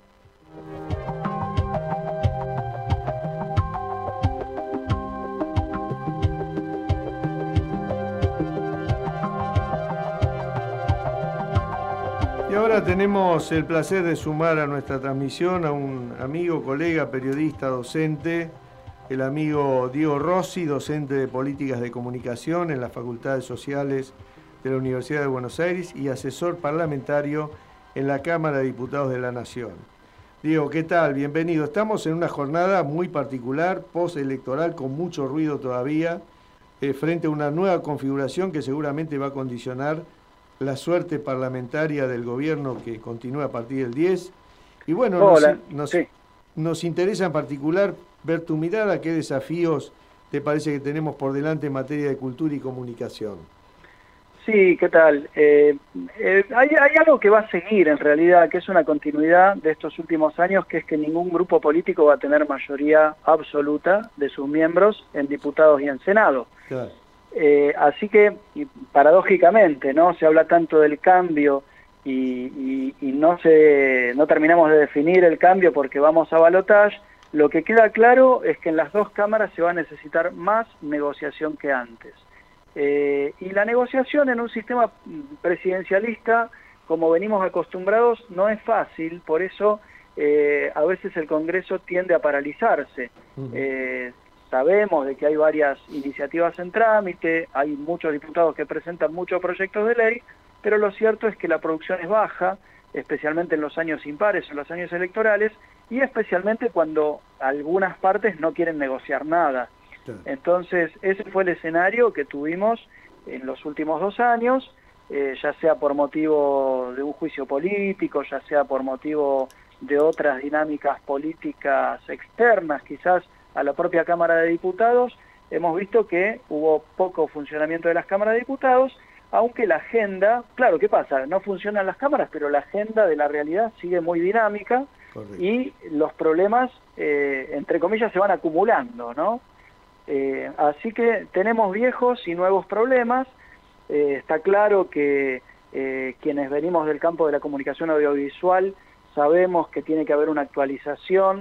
Y ahora tenemos el placer de sumar a nuestra transmisión a un amigo, colega, periodista, docente, el amigo Diego Rossi, docente de Políticas de Comunicación en las Facultades Sociales de la Universidad de Buenos Aires y asesor parlamentario en la Cámara de Diputados de la Nación. Diego, ¿qué tal? Bienvenido. Estamos en una jornada muy particular, postelectoral, con mucho ruido todavía, eh, frente a una nueva configuración que seguramente va a condicionar la suerte parlamentaria del gobierno que continúa a partir del diez. Y bueno, Hola. nos, nos, Sí. nos interesa en particular ver tu mirada, qué desafíos te parece que tenemos por delante en materia de cultura y comunicación. Sí, ¿qué tal? Eh, eh, hay, hay algo que va a seguir en realidad, que es una continuidad de estos últimos años, que es que ningún grupo político va a tener mayoría absoluta de sus miembros en diputados y en Senado. Claro. Eh, así que, y paradójicamente, ¿no? Se habla tanto del cambio y, y, y no, se, no terminamos de definir el cambio porque vamos a balotaje. Lo que queda claro es que en las dos cámaras se va a necesitar más negociación que antes. Eh, y la negociación en un sistema presidencialista, como venimos acostumbrados, no es fácil, por eso eh, a veces el Congreso tiende a paralizarse. Uh-huh. eh, sabemos de que hay varias iniciativas en trámite, hay muchos diputados que presentan muchos proyectos de ley, pero lo cierto es que la producción es baja, especialmente en los años impares, en los años electorales, y especialmente cuando algunas partes no quieren negociar nada. Entonces, ese fue el escenario que tuvimos en los últimos dos años, eh, ya sea por motivo de un juicio político, ya sea por motivo de otras dinámicas políticas externas, quizás a la propia Cámara de Diputados. Hemos visto que hubo poco funcionamiento de las cámaras de diputados, aunque la agenda, claro, ¿qué pasa? No funcionan las cámaras, pero la agenda de la realidad sigue muy dinámica. Correcto. Y los problemas, eh, entre comillas, se van acumulando, ¿no? Eh, así que tenemos viejos y nuevos problemas. Eh, está claro que eh, quienes venimos del campo de la comunicación audiovisual sabemos que tiene que haber una actualización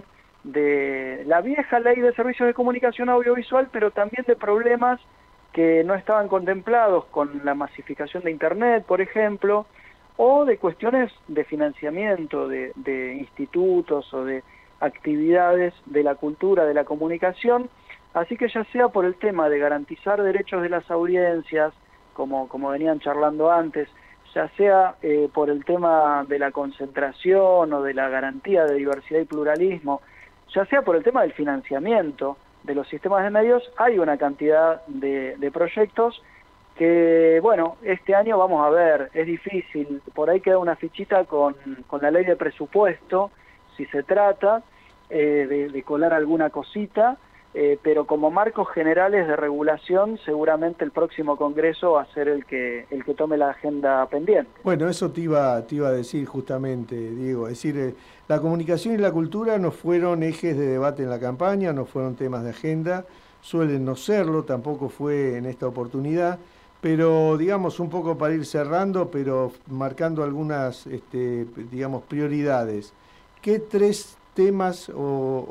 de la vieja ley de servicios de comunicación audiovisual, pero también de problemas que no estaban contemplados con la masificación de Internet, por ejemplo, o de cuestiones de financiamiento de, de institutos o de actividades de la cultura, de la comunicación. Así que ya sea por el tema de garantizar derechos de las audiencias, como, como venían charlando antes, ya sea eh, por el tema de la concentración o de la garantía de diversidad y pluralismo, ya sea por el tema del financiamiento de los sistemas de medios, hay una cantidad de, de proyectos que, bueno, este año vamos a ver, es difícil, por ahí queda una fichita con, con la ley de presupuesto, si se trata, eh, de, de colar alguna cosita, eh, pero como marcos generales de regulación, seguramente el próximo Congreso va a ser el que, el que tome la agenda pendiente. Bueno, eso te iba, te iba a decir justamente, Diego, es decir, eh, la comunicación y la cultura no fueron ejes de debate en la campaña, no fueron temas de agenda, suelen no serlo, tampoco fue en esta oportunidad, pero digamos un poco para ir cerrando, pero marcando algunas, este, digamos, prioridades. ¿Qué tres temas o,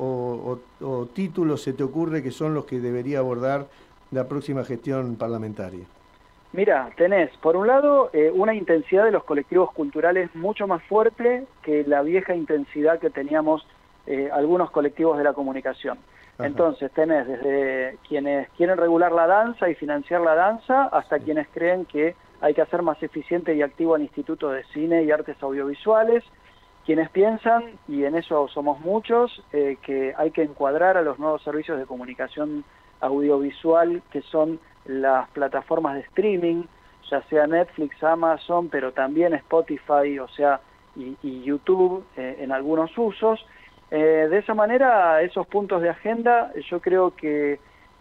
o, o, o títulos se te ocurre que son los que debería abordar la próxima gestión parlamentaria? Mira, tenés, por un lado, eh, una intensidad de los colectivos culturales mucho más fuerte que la vieja intensidad que teníamos eh, algunos colectivos de la comunicación. Ajá. Entonces tenés desde quienes quieren regular la danza y financiar la danza hasta quienes creen que hay que hacer más eficiente y activo al Instituto de Cine y Artes Audiovisuales, quienes piensan, y en eso somos muchos, eh, que hay que encuadrar a los nuevos servicios de comunicación audiovisual que son las plataformas de streaming, ya sea Netflix, Amazon, pero también Spotify, o sea, y, y YouTube eh, en algunos usos. Eh, de esa manera, esos puntos de agenda yo creo que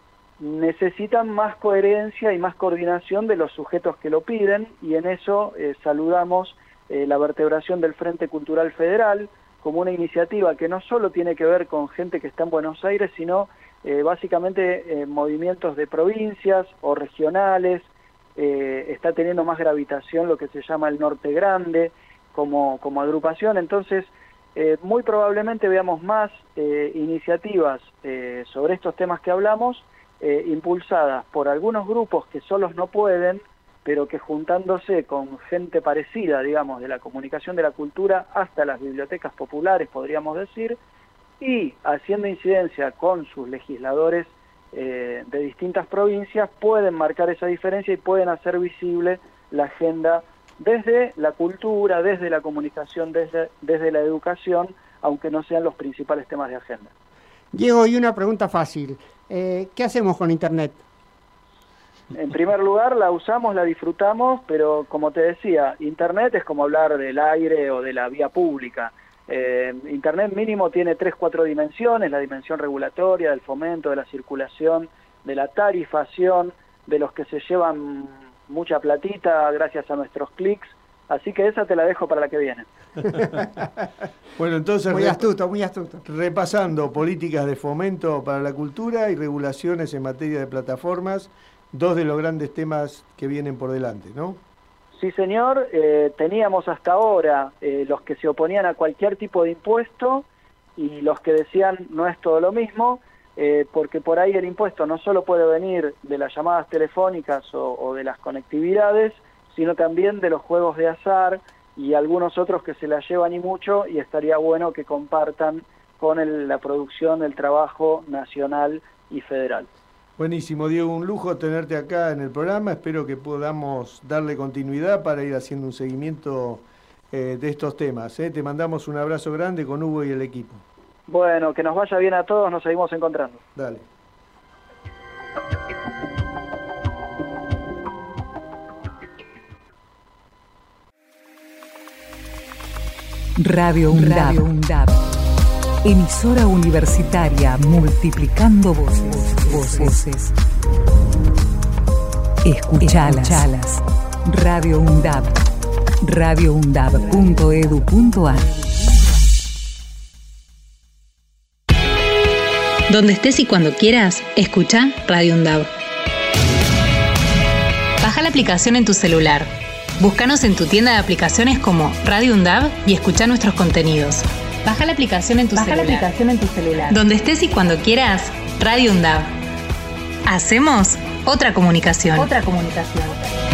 necesitan más coherencia y más coordinación de los sujetos que lo piden, y en eso eh, saludamos eh, la vertebración del Frente Cultural Federal como una iniciativa que no solo tiene que ver con gente que está en Buenos Aires, sino eh, básicamente eh, movimientos de provincias o regionales. Eh, está teniendo más gravitación lo que se llama el Norte Grande como, como agrupación, entonces Eh, muy probablemente veamos más eh, iniciativas eh, sobre estos temas que hablamos, eh, impulsadas por algunos grupos que solos no pueden, pero que juntándose con gente parecida, digamos, de la comunicación de la cultura hasta las bibliotecas populares, podríamos decir, y haciendo incidencia con sus legisladores eh, de distintas provincias, pueden marcar esa diferencia y pueden hacer visible la agenda desde la cultura, desde la comunicación, desde, desde la educación, aunque no sean los principales temas de agenda. Diego, y una pregunta fácil. Eh, ¿Qué hacemos con Internet? En primer lugar, la usamos, la disfrutamos, pero como te decía, Internet es como hablar del aire o de la vía pública. Eh, Internet mínimo tiene tres, cuatro dimensiones: la dimensión regulatoria, del fomento, de la circulación, de la tarifación, de los que se llevan mucha platita gracias a nuestros clics, así que esa te la dejo para la que viene. Bueno, entonces muy astuto, muy astuto. Repasando, políticas de fomento para la cultura y regulaciones en materia de plataformas, dos de los grandes temas que vienen por delante, ¿no? Sí, señor. Eh, teníamos hasta ahora eh, los que se oponían a cualquier tipo de impuesto y los que decían no es todo lo mismo. Eh, porque por ahí el impuesto no solo puede venir de las llamadas telefónicas o, o de las conectividades, sino también de los juegos de azar y algunos otros que se la llevan y mucho, y estaría bueno que compartan con el, la producción, el trabajo nacional y federal. Buenísimo, Diego, un lujo tenerte acá en el programa, espero que podamos darle continuidad para ir haciendo un seguimiento eh, de estos temas. ¿eh? Te mandamos un abrazo grande con Hugo y el equipo. Bueno, que nos vaya bien a todos, nos seguimos encontrando. Dale. Radio UNDAB. Radio UNDAB. Emisora universitaria multiplicando voces. Voces. Escuchalas. Escuchalas. Radio UNDAB. radio undab punto edu punto ar. Donde estés y cuando quieras, escucha Radio UNDAB. Baja la aplicación en tu celular. Búscanos en tu tienda de aplicaciones como Radio UNDAB y escucha nuestros contenidos. Baja la aplicación en tu Baja celular. la aplicación en tu celular. Donde estés y cuando quieras, Radio UNDAB. Hacemos otra comunicación. Otra comunicación.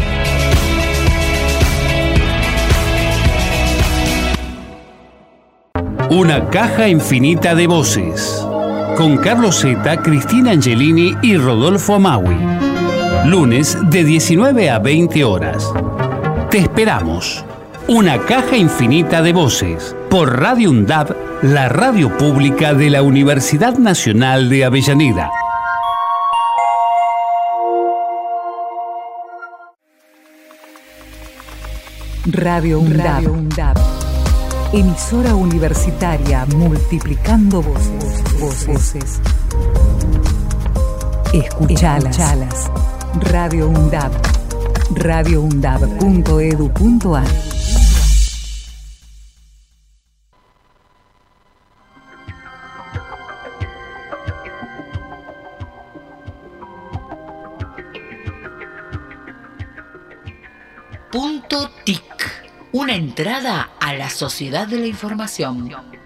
Una caja infinita de voces. Con Carlos Zeta, Cristina Angelini y Rodolfo Amawi. Lunes de diecinueve a veinte horas. Te esperamos. Una caja infinita de voces. Por Radio UNDAB, la radio pública de la Universidad Nacional de Avellaneda. Radio UNDAB. Radio UNDAB. Emisora universitaria multiplicando voces. Voces. Escuchalas. Escuchalas. Radio UNDAB. radio undab punto edu punto ar. Punto T I C. Una entrada a la sociedad de la información.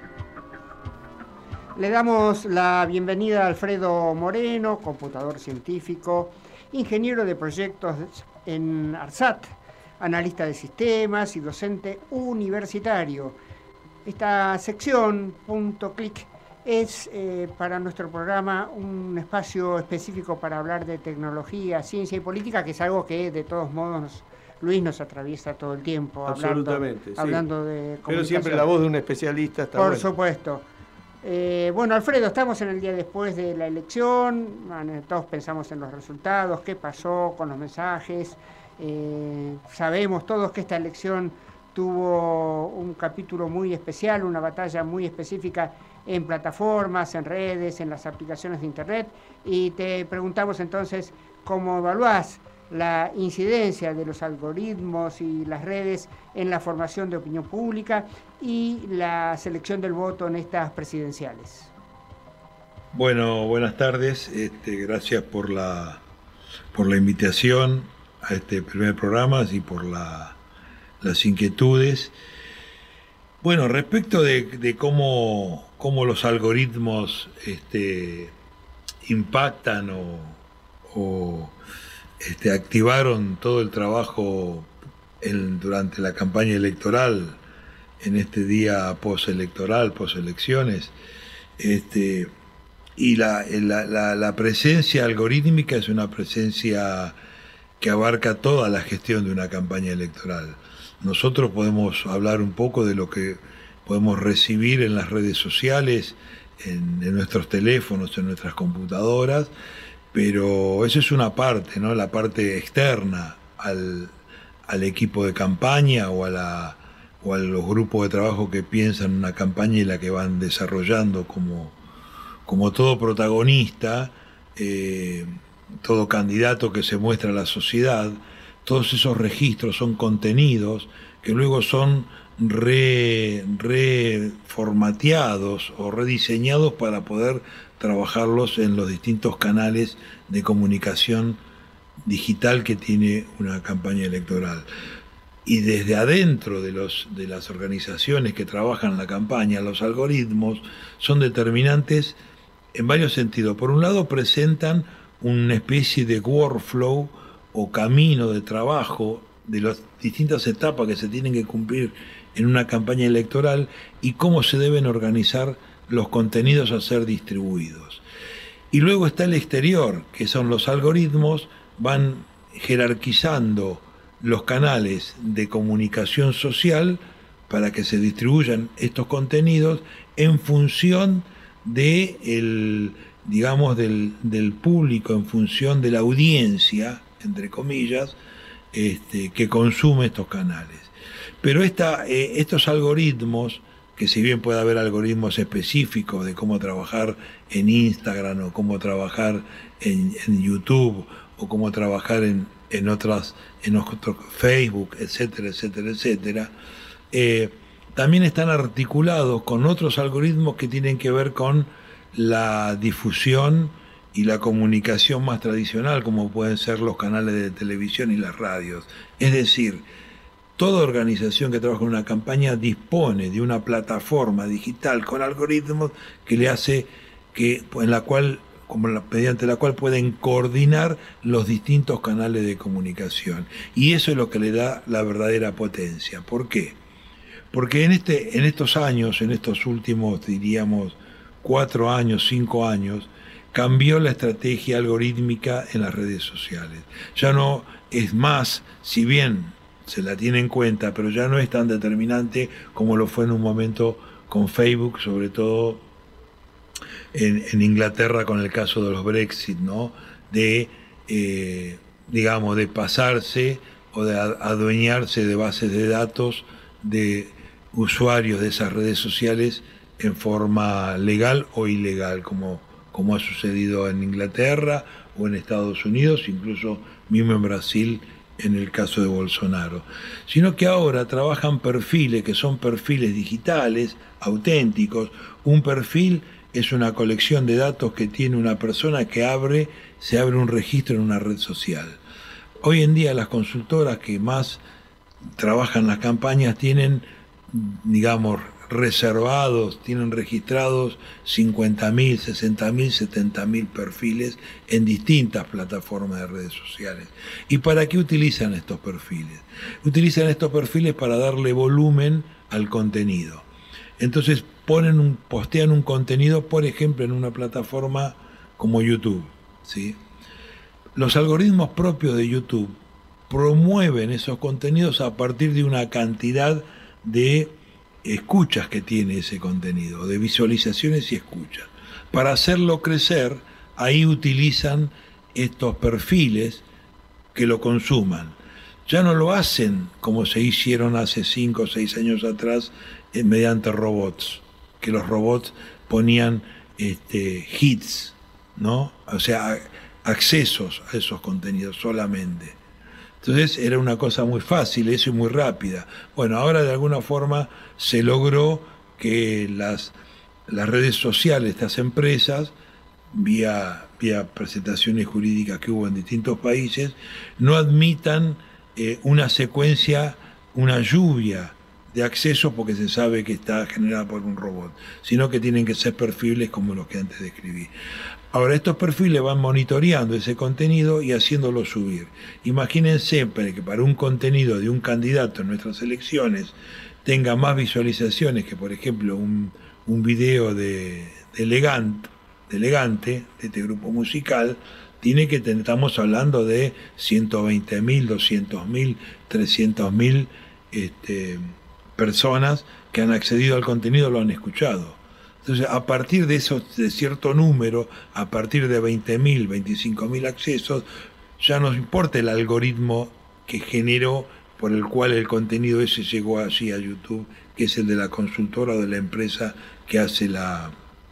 Le damos la bienvenida a Alfredo Moreno, computador científico, ingeniero de proyectos en ARSAT, analista de sistemas y docente universitario. Esta sección, Punto Clic, es eh, para nuestro programa un espacio específico para hablar de tecnología, ciencia y política, que es algo que de todos modos Luis nos atraviesa todo el tiempo. Absolutamente, hablando, sí. hablando de comunicación. Pero siempre la voz de un especialista está Por buena. supuesto. Eh, bueno, Alfredo, estamos en el día después de la elección, todos pensamos en los resultados, qué pasó con los mensajes, eh, sabemos todos que esta elección tuvo un capítulo muy especial, una batalla muy específica en plataformas, en redes, en las aplicaciones de internet, y te preguntamos entonces cómo evaluás la incidencia de los algoritmos y las redes en la formación de opinión pública y la selección del voto en estas presidenciales. Bueno, buenas tardes. Este, gracias por la por la invitación a este primer programa y por la, las inquietudes. Bueno, respecto de, de cómo, cómo los algoritmos este, impactan o, o Este, activaron todo el trabajo en, durante la campaña electoral, en este día postelectoral, postelecciones, este, y la, la, la, la presencia algorítmica es una presencia que abarca toda la gestión de una campaña electoral. Nosotros podemos hablar un poco de lo que podemos recibir en las redes sociales, en, en nuestros teléfonos, en nuestras computadoras, pero eso es una parte, ¿no? La parte externa al, al equipo de campaña o a, la, o a los grupos de trabajo que piensan una campaña y la que van desarrollando como, como todo protagonista, eh, todo candidato que se muestra a la sociedad. Todos esos registros son contenidos que luego son re, reformateados o rediseñados para poder trabajarlos en los distintos canales de comunicación digital que tiene una campaña electoral. Y desde adentro de, los, de las organizaciones que trabajan la campaña, los algoritmos son determinantes en varios sentidos. Por un lado, presentan una especie de workflow o camino de trabajo de las distintas etapas que se tienen que cumplir en una campaña electoral y cómo se deben organizar los contenidos a ser distribuidos. Y luego está el exterior, que son los algoritmos, van jerarquizando los canales de comunicación social para que se distribuyan estos contenidos en función de el, digamos, del, del público, en función de la audiencia, entre comillas, este, que consume estos canales. Pero esta, eh, estos algoritmos, que si bien puede haber algoritmos específicos de cómo trabajar en Instagram o cómo trabajar en, en YouTube o cómo trabajar en, en otras, en otro Facebook, etcétera, etcétera, etcétera, eh, también están articulados con otros algoritmos que tienen que ver con la difusión y la comunicación más tradicional, como pueden ser los canales de televisión y las radios. Es decir, toda organización que trabaja en una campaña dispone de una plataforma digital con algoritmos que le hace que, en la cual, como la, mediante la cual pueden coordinar los distintos canales de comunicación. Y eso es lo que le da la verdadera potencia. ¿Por qué? Porque en este, en estos años, en estos últimos, diríamos, cuatro años, cinco años, cambió la estrategia algorítmica en las redes sociales. Ya no es más, si bien se la tiene en cuenta, pero ya no es tan determinante como lo fue en un momento con Facebook, sobre todo en, en Inglaterra con el caso de los Brexit, ¿no? De, eh, digamos, de pasarse o de adueñarse de bases de datos de usuarios de esas redes sociales en forma legal o ilegal, como, como ha sucedido en Inglaterra o en Estados Unidos, incluso mismo en Brasil en el caso de Bolsonaro, sino que ahora trabajan perfiles que son perfiles digitales, auténticos. Un perfil es una colección de datos que tiene una persona que abre, se abre un registro en una red social. Hoy en día las consultoras que más trabajan las campañas tienen, digamos, reservados, tienen registrados cincuenta mil, sesenta mil, setenta mil perfiles en distintas plataformas de redes sociales. ¿Y para qué utilizan estos perfiles? Utilizan estos perfiles para darle volumen al contenido. Entonces ponen un, postean un contenido, por ejemplo, en una plataforma como YouTube, ¿sí? Los algoritmos propios de YouTube promueven esos contenidos a partir de una cantidad de escuchas que tiene ese contenido, de visualizaciones y escuchas. Para hacerlo crecer, ahí utilizan estos perfiles que lo consuman. Ya no lo hacen como se hicieron hace cinco o seis años atrás eh, mediante robots, que los robots ponían este, hits, ¿no? O sea, accesos a esos contenidos solamente. Entonces era una cosa muy fácil, eso y muy rápida. Bueno, ahora de alguna forma se logró que las, las redes sociales, estas empresas, vía, vía presentaciones jurídicas que hubo en distintos países, no admitan eh, una secuencia, una lluvia de accesos porque se sabe que está generada por un robot, sino que tienen que ser perfiles como los que antes describí. Ahora, estos perfiles van monitoreando ese contenido y haciéndolo subir. Imagínense que para un contenido de un candidato en nuestras elecciones tenga más visualizaciones que, por ejemplo, un, un video de, de, Elegant, de Elegante, de este grupo musical, tiene que, estamos hablando de ciento veinte mil, doscientos mil, trescientos mil este, personas que han accedido al contenido, lo han escuchado. Entonces, a partir de esos, de cierto número, a partir de veinte mil, veinticinco mil accesos, ya no importa el algoritmo que generó, por el cual el contenido ese llegó allí a YouTube, que es el de la consultora o de la empresa que hace la,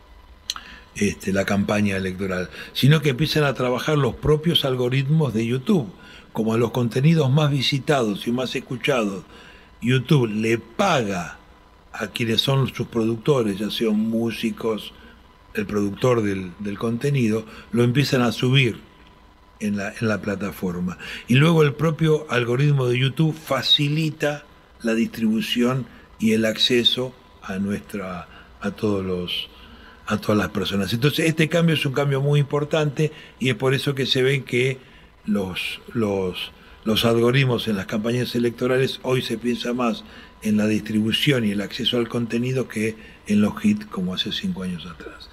este, la campaña electoral, sino que empiezan a trabajar los propios algoritmos de YouTube, como a los contenidos más visitados y más escuchados. YouTube le paga a quienes son sus productores, ya sean músicos, el productor del, del contenido, lo empiezan a subir en la, en la plataforma. Y luego el propio algoritmo de YouTube facilita la distribución y el acceso a nuestra, a todos los, a todas las personas. Entonces este cambio es un cambio muy importante y es por eso que se ve que los, los, los algoritmos en las campañas electorales hoy se piensa más en la distribución y el acceso al contenido que en los hits como hace cinco años atrás.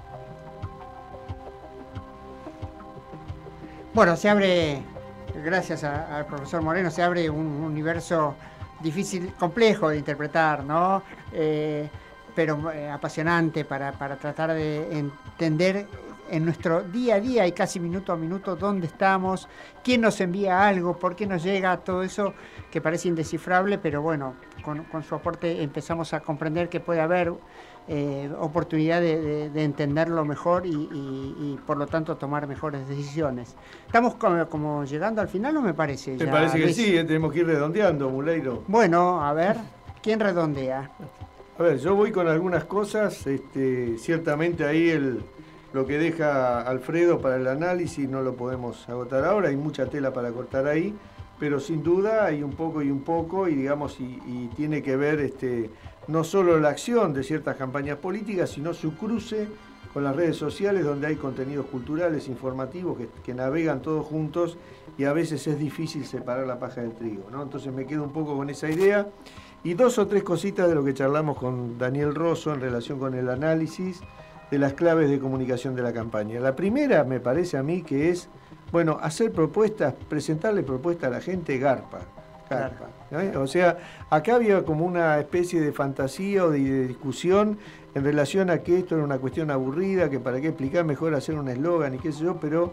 Bueno, se abre, gracias a, al profesor Moreno, se abre un universo difícil, complejo de interpretar, ¿no? Eh, pero eh, apasionante para, para tratar de entender en nuestro día a día y casi minuto a minuto dónde estamos, quién nos envía algo, por qué nos llega, todo eso que parece indescifrable, pero bueno, con, con su aporte empezamos a comprender que puede haber eh, oportunidad de, de, de entenderlo mejor y, y, y por lo tanto tomar mejores decisiones. Estamos como, como llegando al final, ¿no me parece? Me ya, parece que Luis? sí, eh, tenemos que ir redondeando, Muleiro. Bueno, a ver, ¿quién redondea? A ver, yo voy con algunas cosas, este, ciertamente ahí el... Lo que deja Alfredo para el análisis no lo podemos agotar ahora, hay mucha tela para cortar ahí, pero sin duda hay un poco y un poco, y digamos, y, y tiene que ver este, no solo la acción de ciertas campañas políticas, sino su cruce con las redes sociales, donde hay contenidos culturales, informativos, que, que navegan todos juntos, y a veces es difícil separar la paja del trigo, ¿no? Entonces me quedo un poco con esa idea, y dos o tres cositas de lo que charlamos con Daniel Rosso en relación con el análisis de las claves de comunicación de la campaña. La primera me parece a mí que es, bueno, hacer propuestas, presentarle propuestas a la gente garpa. garpa ¿eh? O sea, acá había como una especie de fantasía o de, de discusión en relación a que esto era una cuestión aburrida, que para qué explicar, mejor hacer un eslogan y qué sé yo, pero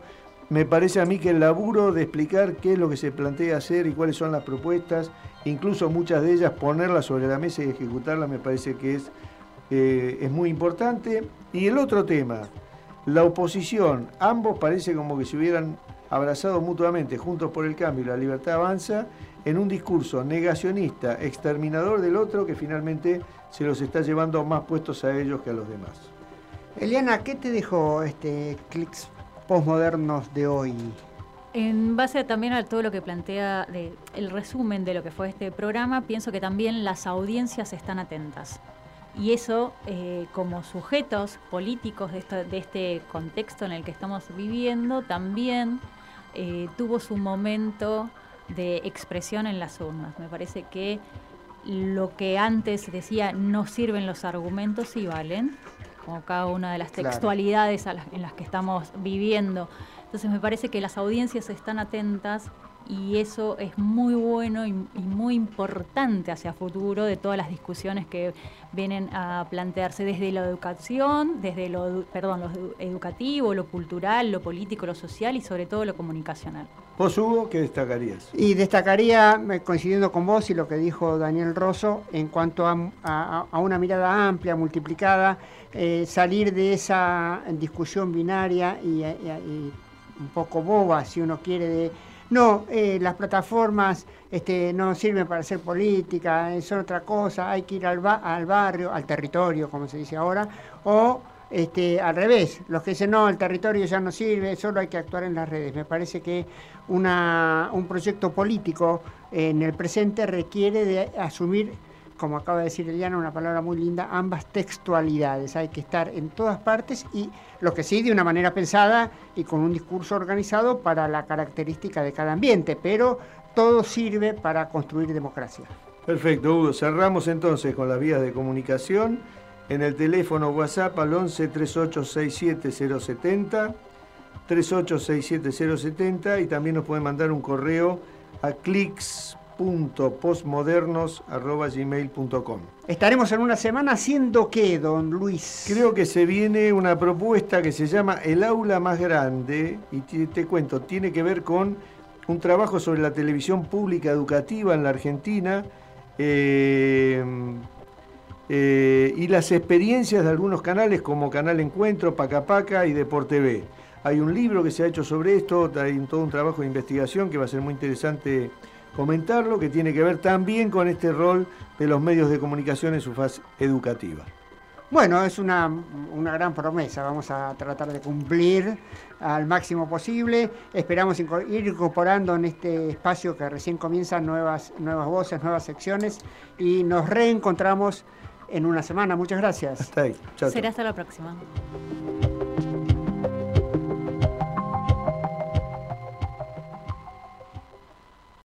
me parece a mí que el laburo de explicar qué es lo que se plantea hacer y cuáles son las propuestas, incluso muchas de ellas ponerlas sobre la mesa y ejecutarlas, me parece que es, eh, es muy importante. Y el otro tema, la oposición, ambos parece como que se hubieran abrazado mutuamente, Juntos por el Cambio y La Libertad Avanza, en un discurso negacionista, exterminador del otro, que finalmente se los está llevando más puestos a ellos que a los demás. Eliana, ¿qué te dejó este Clics Postmodernos de hoy? En base también a todo lo que plantea de, el resumen de lo que fue este programa, pienso que también las audiencias están atentas. Y eso, eh, como sujetos políticos de, esto, de este contexto en el que estamos viviendo, también eh, tuvo su momento de expresión en las urnas. Me parece que lo que antes decía no sirven los argumentos, sí valen, como cada una de las textualidades a las, en las que estamos viviendo. Entonces me parece que las audiencias están atentas y eso es muy bueno y, y muy importante hacia futuro de todas las discusiones que vienen a plantearse desde la educación, desde lo, perdón, lo educativo, lo cultural, lo político, lo social y sobre todo lo comunicacional. ¿Vos, Hugo, qué destacarías? Y destacaría, coincidiendo con vos y lo que dijo Daniel Rosso, en cuanto a, a, a una mirada amplia, multiplicada, eh, salir de esa discusión binaria y, y, y un poco boba, si uno quiere, de no, eh, las plataformas este, no sirven para hacer política, son otra cosa, hay que ir al, ba al barrio, al territorio, como se dice ahora, o este, al revés, los que dicen no, el territorio ya no sirve, solo hay que actuar en las redes. Me parece que una, un proyecto político en el presente requiere de asumir, como acaba de decir Eliana, una palabra muy linda, ambas textualidades. Hay que estar en todas partes y lo que sí de una manera pensada y con un discurso organizado para la característica de cada ambiente, pero todo sirve para construir democracia. Perfecto, Hugo. Cerramos entonces con las vías de comunicación. En el teléfono WhatsApp al once, treinta y ocho sesenta y siete cero setenta, treinta y ocho sesenta y siete cero setenta, y también nos pueden mandar un correo a clics punto postmodernos arroba gmail punto com. ¿Estaremos en una semana haciendo qué, don Luis? Creo que se viene una propuesta que se llama El Aula Más Grande, y te, te cuento, tiene que ver con un trabajo sobre la televisión pública educativa en la Argentina, eh, eh, y las experiencias de algunos canales como Canal Encuentro, Paca Paca y Deporte V. Hay un libro que se ha hecho sobre esto, hay todo un trabajo de investigación que va a ser muy interesante comentarlo, que tiene que ver también con este rol de los medios de comunicación en su fase educativa. Bueno, es una, una gran promesa, vamos a tratar de cumplir al máximo posible. Esperamos ir incorporando en este espacio que recién comienza nuevas, nuevas voces, nuevas secciones, y nos reencontramos en una semana. Muchas gracias. Hasta ahí. Chao, Será chao. hasta la próxima.